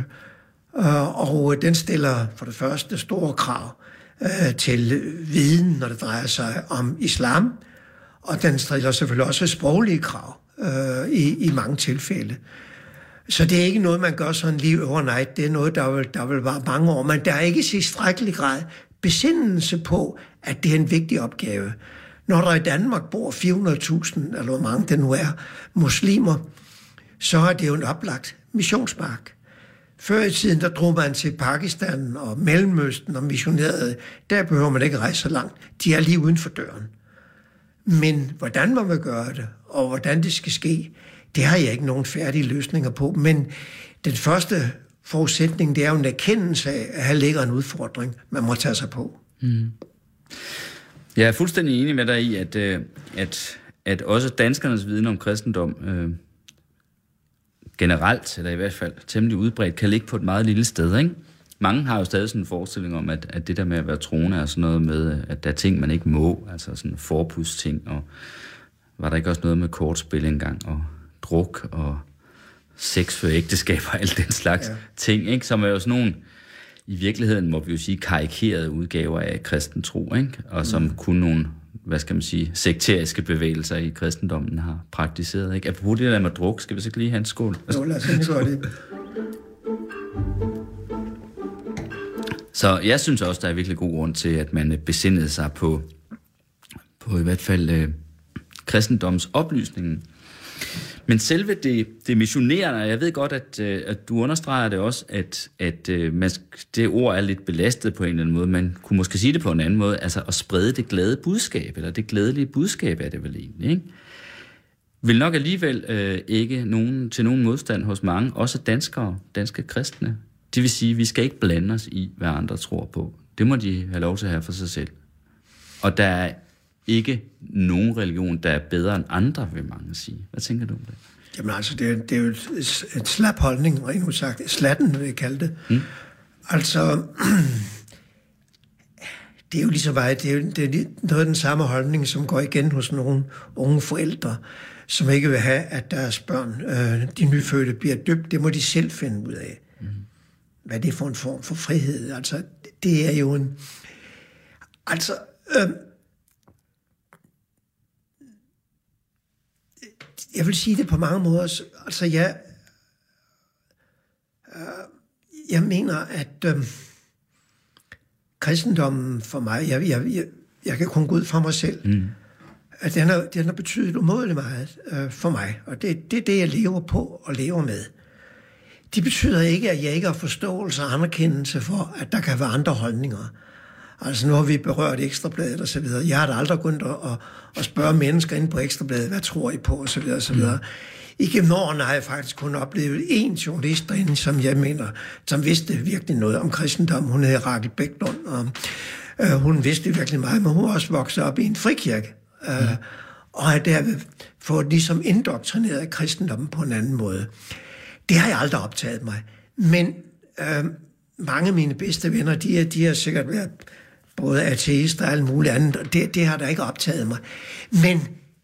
Og den stiller for det første store krav til viden, når det drejer sig om islam, og den stiller selvfølgelig også sproglige krav i mange tilfælde. Så det er ikke noget, man gør sådan lige overnight. Det er noget, der vil vare mange år. Men der er ikke i tilstrækkelig grad besindelse på, at det er en vigtig opgave. Når der i Danmark bor 400.000, eller hvor mange det nu er, muslimer, så er det jo en oplagt missionsmark. Før i tiden, der drog man til Pakistan og Mellemøsten og missionerede. Der behøver man ikke rejse så langt. De er lige uden for døren. Men hvordan man vil gøre det, og hvordan det skal ske, det har jeg ikke nogen færdige løsninger på. Men den første forudsætning, det er jo en erkendelse af, at her ligger en udfordring, man må tage sig på. Jeg er fuldstændig enig med dig i, at også danskernes viden om kristendom, generelt, eller i hvert fald temmelig udbredt, kan ligge på et meget lille sted, ikke? Mange har jo stadig sådan en forestilling om, at det der med at være troende er sådan noget med, at der er ting, man ikke må, altså sådan forpusting, og var der ikke også noget med kortspil engang, og druk, og sex for ægteskab og alt den slags ting, ikke? Som er jo sådan nogle, i virkeligheden må vi jo sige, karikerede udgaver af kristen tro, ikke? Og som kun nogle, hvad skal man sige, sekteriske bevægelser i kristendommen har praktiseret, ikke? Apropos det der med druk, skal vi så lige have en skål? Jo, lad os gøre det. Så jeg synes også, der er virkelig god grund til, at man besindede sig på i hvert fald kristendomsoplysningen. Men selve det missionerende, jeg ved godt, at du understreger det også, at det ord er lidt belastet på en eller anden måde. Man kunne måske sige det på en anden måde, altså at sprede det glade budskab, eller det glædelige budskab er det vel egentlig, ikke? Vil nok alligevel ikke til nogen modstand hos mange, også danske kristne. Det vil sige, at vi skal ikke blande os i, hvad andre tror på. Det må de have lov til at have for sig selv. Og der er ikke nogen religion, der er bedre end andre, vil mange sige. Hvad tænker du om det? Jamen altså, det er jo et slap holdning, rent udsagt. Slatten, vil jeg kalde det. Altså, det er jo ligesom det er noget af den samme holdning, som går igen hos nogle unge forældre, som ikke vil have, at deres børn, de nyfødte, bliver døbt. Det må de selv finde ud af. Hvad det er for en form for frihed. Altså, det er jo en... Altså... Jeg vil sige det på mange måder. Altså, jeg mener, at kristendommen for mig, jeg kan kun gå ud fra mig selv, at den har betydet umådeligt meget for mig. Og det er det, jeg lever på og lever med. Det betyder ikke, at jeg ikke har forståelse og anerkendelse for, at der kan være andre holdninger. Altså nu har vi berørt Ekstrabladet og så videre. Jeg har da aldrig gået at spørge mennesker inde på Ekstrabladet, hvad tror I på og så videre og så videre. Igennem årene har jeg faktisk kun oplevet en journalist derinde, som jeg mener, som vidste virkelig noget om kristendom. Hun hed Rakel Bæklund, og hun vidste virkelig meget, men hun også vokset op i en frikirke. Og har derved fået ligesom indoktrineret kristendommen på en anden måde. Det har jeg aldrig optaget mig. Men mange af mine bedste venner, de har sikkert været både ateister og alt muligt andet, det har der ikke optaget mig. Men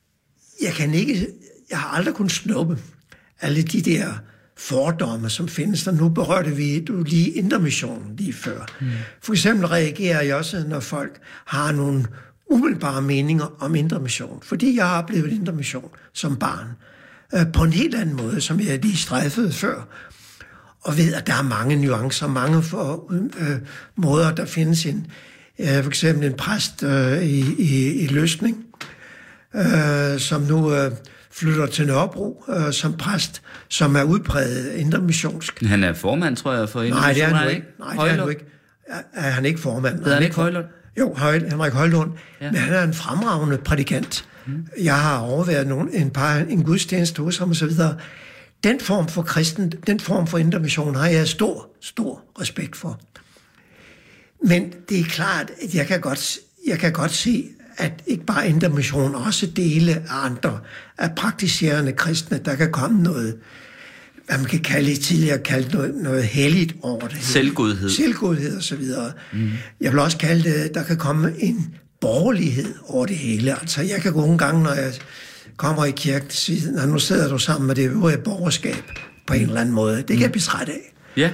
jeg har aldrig kunnet snuppe alle de der fordomme, som findes der. Nu berørte vi lige Indre Mission lige før. For eksempel reagerer jeg også, når folk har nogle umiddelbare meninger om Indre Mission, fordi jeg har oplevet Indre Mission som barn på en helt anden måde, som jeg lige strejfede før. Og ved, at der er mange nuancer, mange måder, der findes for eksempel en præst i Løsning, som nu flytter til Nørrebro som præst, som er udpræget indremissionsk. Han er formand, tror jeg, for Nej, det er han ikke. Nej, det er han ikke. Er han ikke formand? Er han ikke Højlund? Jo, Henrik Højlund. Ja. Men han er en fremragende prædikant. Jeg har overværet en gudstjeneste hos ham og så videre. Den form for Indre Mission har jeg stor respekt for. Men det er klart, at jeg kan godt se, at ikke bare Indre Mission, også dele af andre af praktiserende kristne, der kan komme noget, hvad man kan tidligere kalde noget helligt over det. Selvgodhed og så videre. Jeg vil også kalde det, der kan komme en borgerlighed over det hele. Altså jeg kan gå nogle gange, når jeg kommer i kirken og siger, nu sidder du sammen med det øvrige borgerskab på en eller anden måde. Det kan jeg blive træt af. Ja.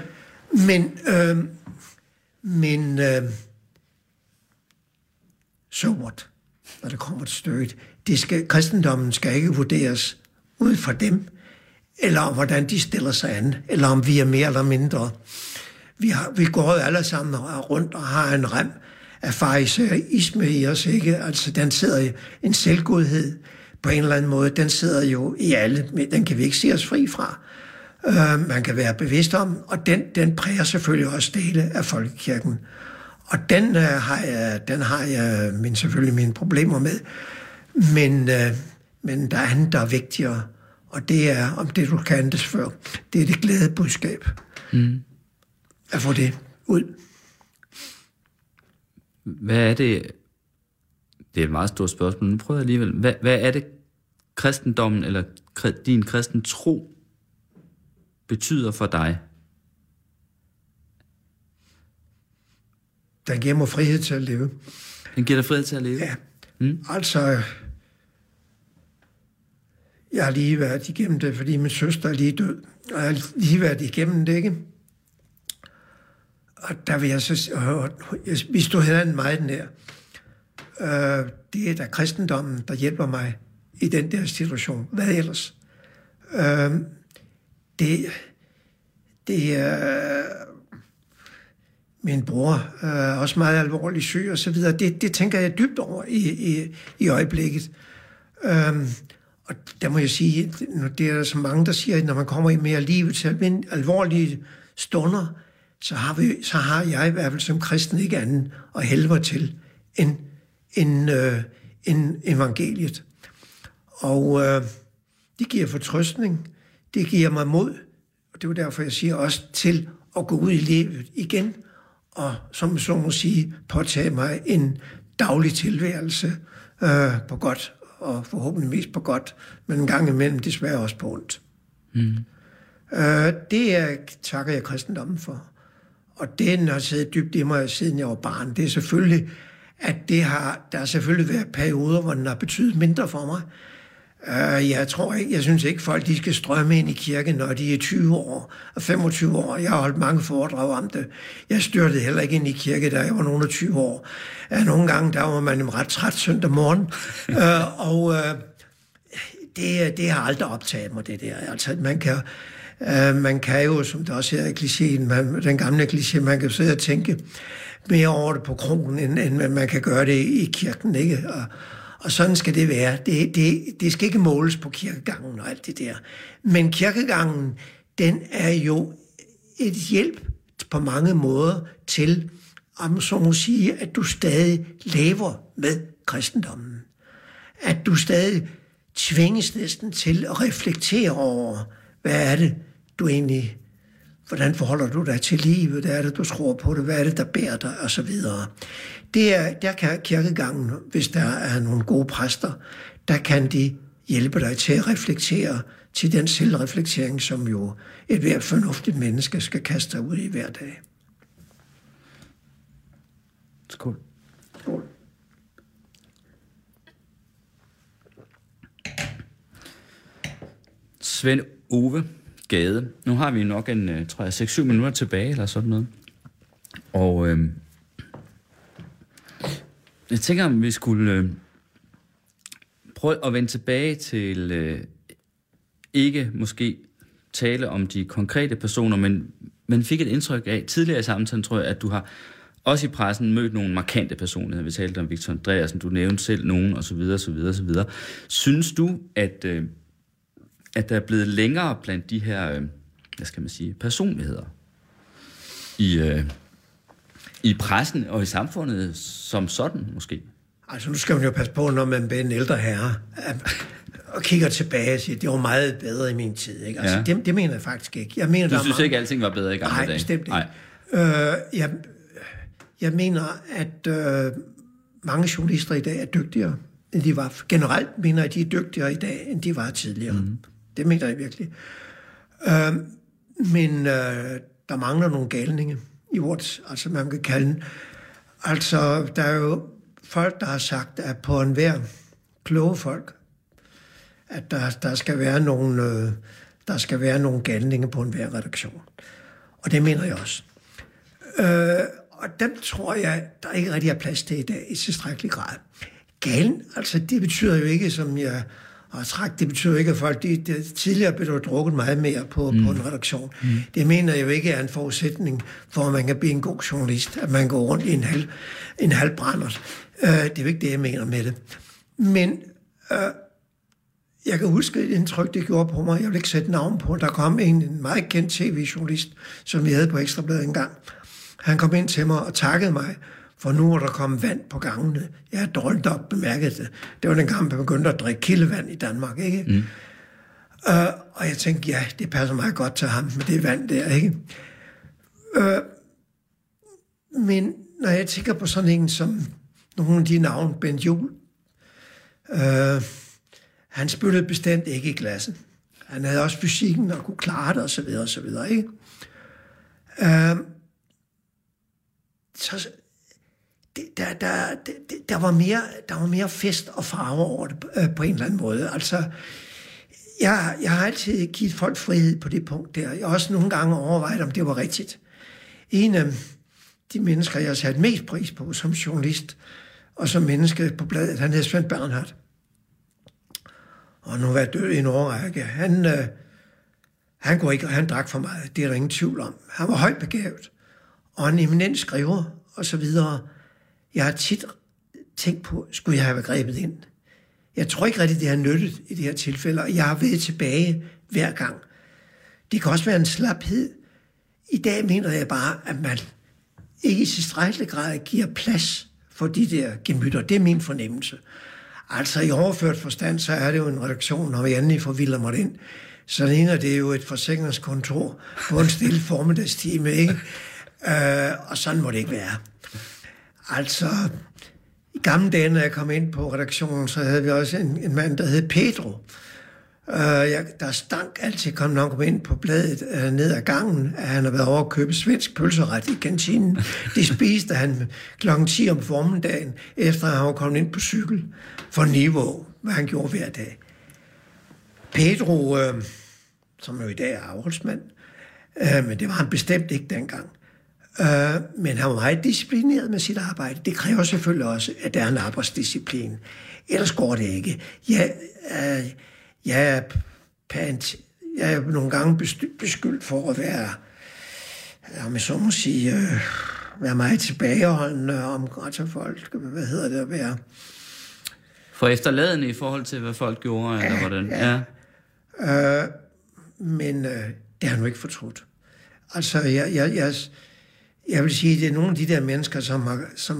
Men so what, når det kommer til stykket. Kristendommen skal ikke vurderes ud fra dem, eller om hvordan de stiller sig an, eller om vi er mere eller mindre. Vi går jo alle sammen rundt og har en rem af farisæisme i os, ikke? Altså den sidder i en selvgodhed på en eller anden måde, den sidder jo i alle, men den kan vi ikke se os fri fra. Man kan være bevidst om, og den præger selvfølgelig også dele af folkekirken. Og den har jeg selvfølgelig mine problemer med. Men der er andet, der er vigtigere, og det er, om det du kaldtes før, det er det glade budskab. At få det ud. Hvad er det? Det er et meget stort spørgsmål. Nu prøver jeg alligevel. Hvad er det kristendommen, eller din kristen tro, betyder for dig? Den giver mig frihed til at leve. Den giver dig frihed til at leve? Ja. Altså, jeg har lige været igennem det, fordi min søster er lige død. Og jeg har lige været igennem det, ikke? Og der vil jeg så... vi stod hinanden meget nær. Det er da kristendommen, der hjælper mig i den der situation. Hvad ellers? Det er... Min bror er også meget alvorlig syg og så videre. Det tænker jeg dybt over i øjeblikket. Og der må jeg sige, det er der så mange, der siger, at når man kommer i mere liv til alvorlige stunder, så har jeg i hvert fald som kristen ikke andet at helve til end evangeliet. Og det giver fortrøstning, det giver mig mod, og det er derfor, jeg siger også til at gå ud i livet igen, og som så må sige, påtage mig en daglig tilværelse på godt, og forhåbentlig mest på godt, men en gang imellem desværre også på ondt. Det takker jeg kristendommen for. Og den har siddet dybt i mig, siden jeg var barn. Det er selvfølgelig, at der har selvfølgelig været perioder, hvor den har betydet mindre for mig. Jeg synes ikke, folk de skal strømme ind i kirken, når de er 20 år og 25 år. Jeg har holdt mange foredrag om det. Jeg styrtede heller ikke ind i kirke, da jeg var nogle 20 år. Nogle gange, der var man ret træt søndag morgen. Det har aldrig optaget mig, det der. Altså, man kan jo, som det også er i klichéen, den gamle kliché, man kan sidde og tænke mere over det på krogen, end man kan gøre det i kirken, ikke? Og sådan skal det være. Det skal ikke måles på kirkegangen og alt det der. Men kirkegangen, den er jo et hjælp på mange måder til, om så må sige, at du stadig lever med kristendommen. At du stadig tvinges næsten til at reflektere over, hvad er det, du egentlig, hvordan forholder du dig til livet, hvad er det, du tror på det, hvad er det, der bærer dig, og så videre. Der kan kirkegangen, hvis der er nogle gode præster, der kan de hjælpe dig til at reflektere, til den selvreflektering, som jo et hvert fornuftigt menneske skal kaste sig ud i hver dag. Skål. Skål. Svend Ove Gade. Nu har vi nok en, tror jeg, 6-7 minutter tilbage, eller sådan noget. Og jeg tænker, om vi skulle prøve at vende tilbage til ikke måske tale om de konkrete personer, men man fik et indtryk af tidligere i samtalen, tror jeg, at du har også i pressen mødt nogle markante personligheder. Vi talte om Victor Andreasen, du nævnte selv nogen, og så videre, så videre, så videre. Synes du, at der er blevet længere blandt de her, hvad skal man sige, personligheder i pressen og i samfundet som sådan, måske? Altså, nu skal man jo passe på, når man bliver en ældre herre, og kigger tilbage og siger, det var meget bedre i min tid. Ikke? Altså, ja. det mener jeg faktisk ikke. Jeg mener, du synes ikke, at alting var bedre i gamle dage? Nej, bestemt ikke. Jeg mener, at mange journalister i dag er dygtigere, end de var. Generelt mener jeg, at de er dygtigere i dag, end de var tidligere. Mm. Det mener jeg virkelig. Men der mangler nogle galninge i vores, altså man kan kalde. Altså, der er jo folk, der har sagt, at på enhver kloge folk, at der skal være nogle galninge på enhver redaktion. Og det mener jeg også. Og dem tror jeg, der ikke rigtig er plads til i dag i tilstrækkelig grad. Galen, altså det betyder jo ikke, som jeg har sagt, det betyder ikke, at folk tidligere blev drukket meget mere på en redaktion. Mm. Det mener jeg jo ikke er en forudsætning for, at man kan blive en god journalist, at man går rundt i en halv brændert. Det er jo ikke det, jeg mener med det. Men jeg kan huske et indtryk, det gjorde på mig. Jeg vil ikke sætte navn på. Der kom en meget kendt tv-journalist, som vi havde på Ekstrabladet engang. Han kom ind til mig og takkede mig, for nu er der kommet vand på gangene. Jeg har dårligt nok bemærket det. Det var den gang, man begyndte at drikke kildevand i Danmark, ikke? Mm. Og jeg tænkte, ja, det passer meget godt til ham med det vand der, ikke? Men når jeg tænker på sådan en som nogle af de navne, Bent Juhl, han spillede bestemt ikke i klassen. Han havde også fysikken og kunne klare det, og så videre, og så videre, ikke? Så der var mere fest og farve over det på en eller anden måde. Altså, jeg har altid givet folk frihed på det punkt der. Jeg har også nogle gange overvejet, om det var rigtigt. En af de mennesker, jeg har sat mest pris på som journalist og som menneske på bladet, han hed Svend Bernhardt. Og nu var død i en årrække. Han drak for meget, det er der ingen tvivl om. Han var højt begavet, og en eminent skriver, og så videre. Jeg har tit tænkt på, skulle jeg have grebet ind? Jeg tror ikke rigtig, det har nyttet i det her tilfælde, og jeg har været tilbage hver gang. Det kan også være en slaphed. I dag mener jeg bare, at man ikke i tilstrækkelig grad giver plads for de der gemytter. Det er min fornemmelse. Altså i overført forstand, så er det jo en redaktion, når vi endelig forvilder mig ind. Så ligner det jo et forsikringskontor på en stille formiddagstime, ikke? Og sådan må det ikke være. Altså, i gamle dage, når jeg kom ind på redaktionen, så havde vi også en mand, der hed Pedro. Der stank altid, når han kom ind på bladet ned ad gangen, at han havde været over at købe svensk pølseret i kantinen. Det spiste han klokken 10 om formiddagen, efter han var kommet ind på cykel for niveau, hvad han gjorde hver dag. Pedro, som jo i dag er afholdsmand, men det var han bestemt ikke dengang. Men han var meget disciplineret med sit arbejde. Det kræver selvfølgelig også, at der er en arbejdsdisciplin. Ellers går det ikke. Jeg er nogle gange beskyldt for at være, om så må sige, være meget tilbageholdende om folk. Hvad hedder det at være? For efterladende i forhold til, hvad folk gjorde, eller hvordan? Ja. Men det har han jo ikke fortrudt. Altså, jeg vil sige, det er nogle af de der mennesker, som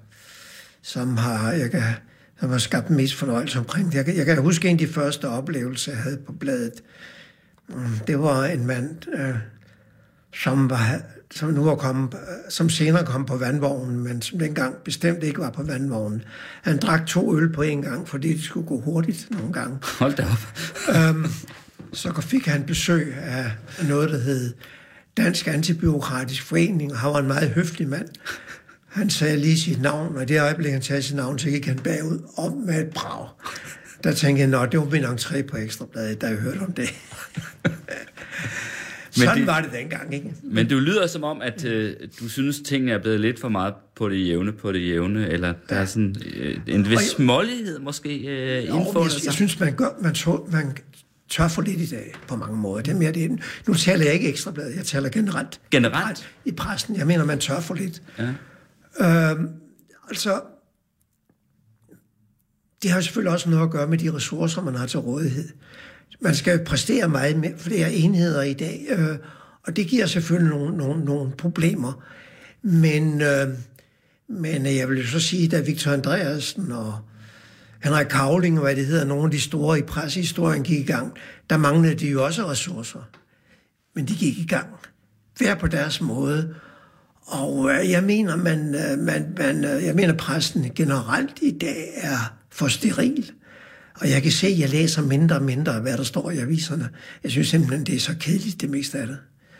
har skabt mest fornøjelse omkring det. Jeg kan huske en af de første oplevelser, jeg havde på bladet. Det var en mand, som senere kom på vandvognen, men som dengang bestemt ikke var på vandvognen. Han drak 2 øl på en gang, fordi det skulle gå hurtigt nogle gange. Hold da op. Så fik han besøg af noget, der hed Dansk Antibureaukratisk Forening, og han var en meget høflig mand. Han sagde lige sit navn, og i det øjeblik, han sagde sit navn, så gik han bagud op med et brag. Der tænkte jeg, det var min entré på Ekstrabladet, da jeg hørte om det. Sådan var det dengang, ikke? Men det lyder som om, at du synes, tingene er blevet lidt for meget på det jævne, eller der er sådan en vis smålighed måske indfundet sig. Jeg synes, man tør for lidt i dag på mange måder. Det er mere det. Nu taler jeg ikke Ekstrabladet, jeg taler generelt. Generelt? I pressen. Jeg mener, man tør for lidt. Ja. Altså, det har selvfølgelig også noget at gøre med de ressourcer, man har til rådighed. Man skal præstere meget med flere enheder i dag, og det giver selvfølgelig nogle problemer. Men jeg vil jo så sige, da Victor Andreasen og Henrik Cavling, og hvad det hedder, nogle af de store i pressehistorien gik i gang, der manglede de jo også ressourcer. Men de gik i gang. Hver på deres måde. Og jeg mener, pressen generelt i dag er for steril. Og jeg kan se, at jeg læser mindre og mindre af, hvad der står i aviserne. Jeg synes simpelthen, det er så kedeligt, det meste af det.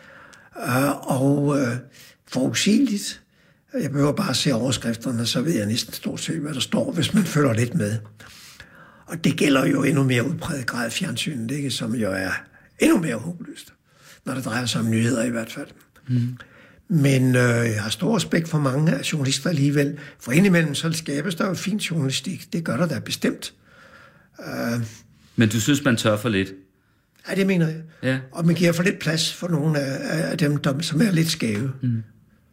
Forudsigeligt. Jeg behøver bare at se overskrifterne, så ved jeg næsten stort set, hvad der står, hvis man følger lidt med. Og det gælder jo endnu mere udpræget grad fjernsynet, ikke? Som jo er endnu mere håbløst, når det drejer sig om nyheder i hvert fald. Mm. Men jeg har stor respekt for mange af journalister alligevel. For indimellem så skabes der jo fin journalistik. Det gør der da bestemt. Men du synes, man tør for lidt? Ja, det mener jeg. Ja. Og man giver for lidt plads for nogle af dem, som er lidt skæve. Mm.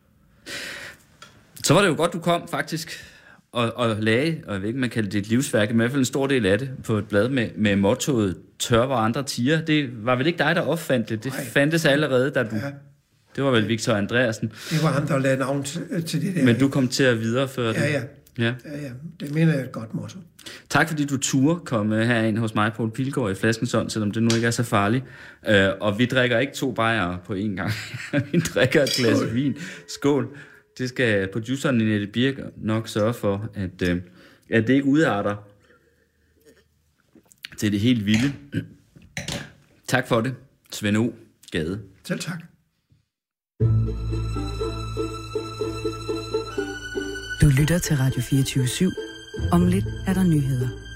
Så var det jo godt, du kom faktisk og lagde, og jeg ved ikke, man kalder det et livsværk, men i hvert fald en stor del af det, på et blad med mottoet tør, hvor andre tiger. Det var vel ikke dig, der opfandt det? Det fandtes allerede, da du... Ja. Det var vel Victor Andreasen. Det var ham, der lavede navn til det der. Men du kom til at videreføre det? Ja. Det mener jeg er et godt motto. Tak fordi du turde komme herind hos mig, Poul Pilgaard, i Flaskensund, selvom det nu ikke er så farligt. Og vi drikker ikke 2 bajere på én gang. Vi drikker et glas vin. Skål. Det skal produceren Ninette Birk nok sørge for, at det ikke udarter til det helt vilde. Tak for det, Svend O. Gade. Selv tak. Du lytter til Radio 24/7. Om lidt er der nyheder.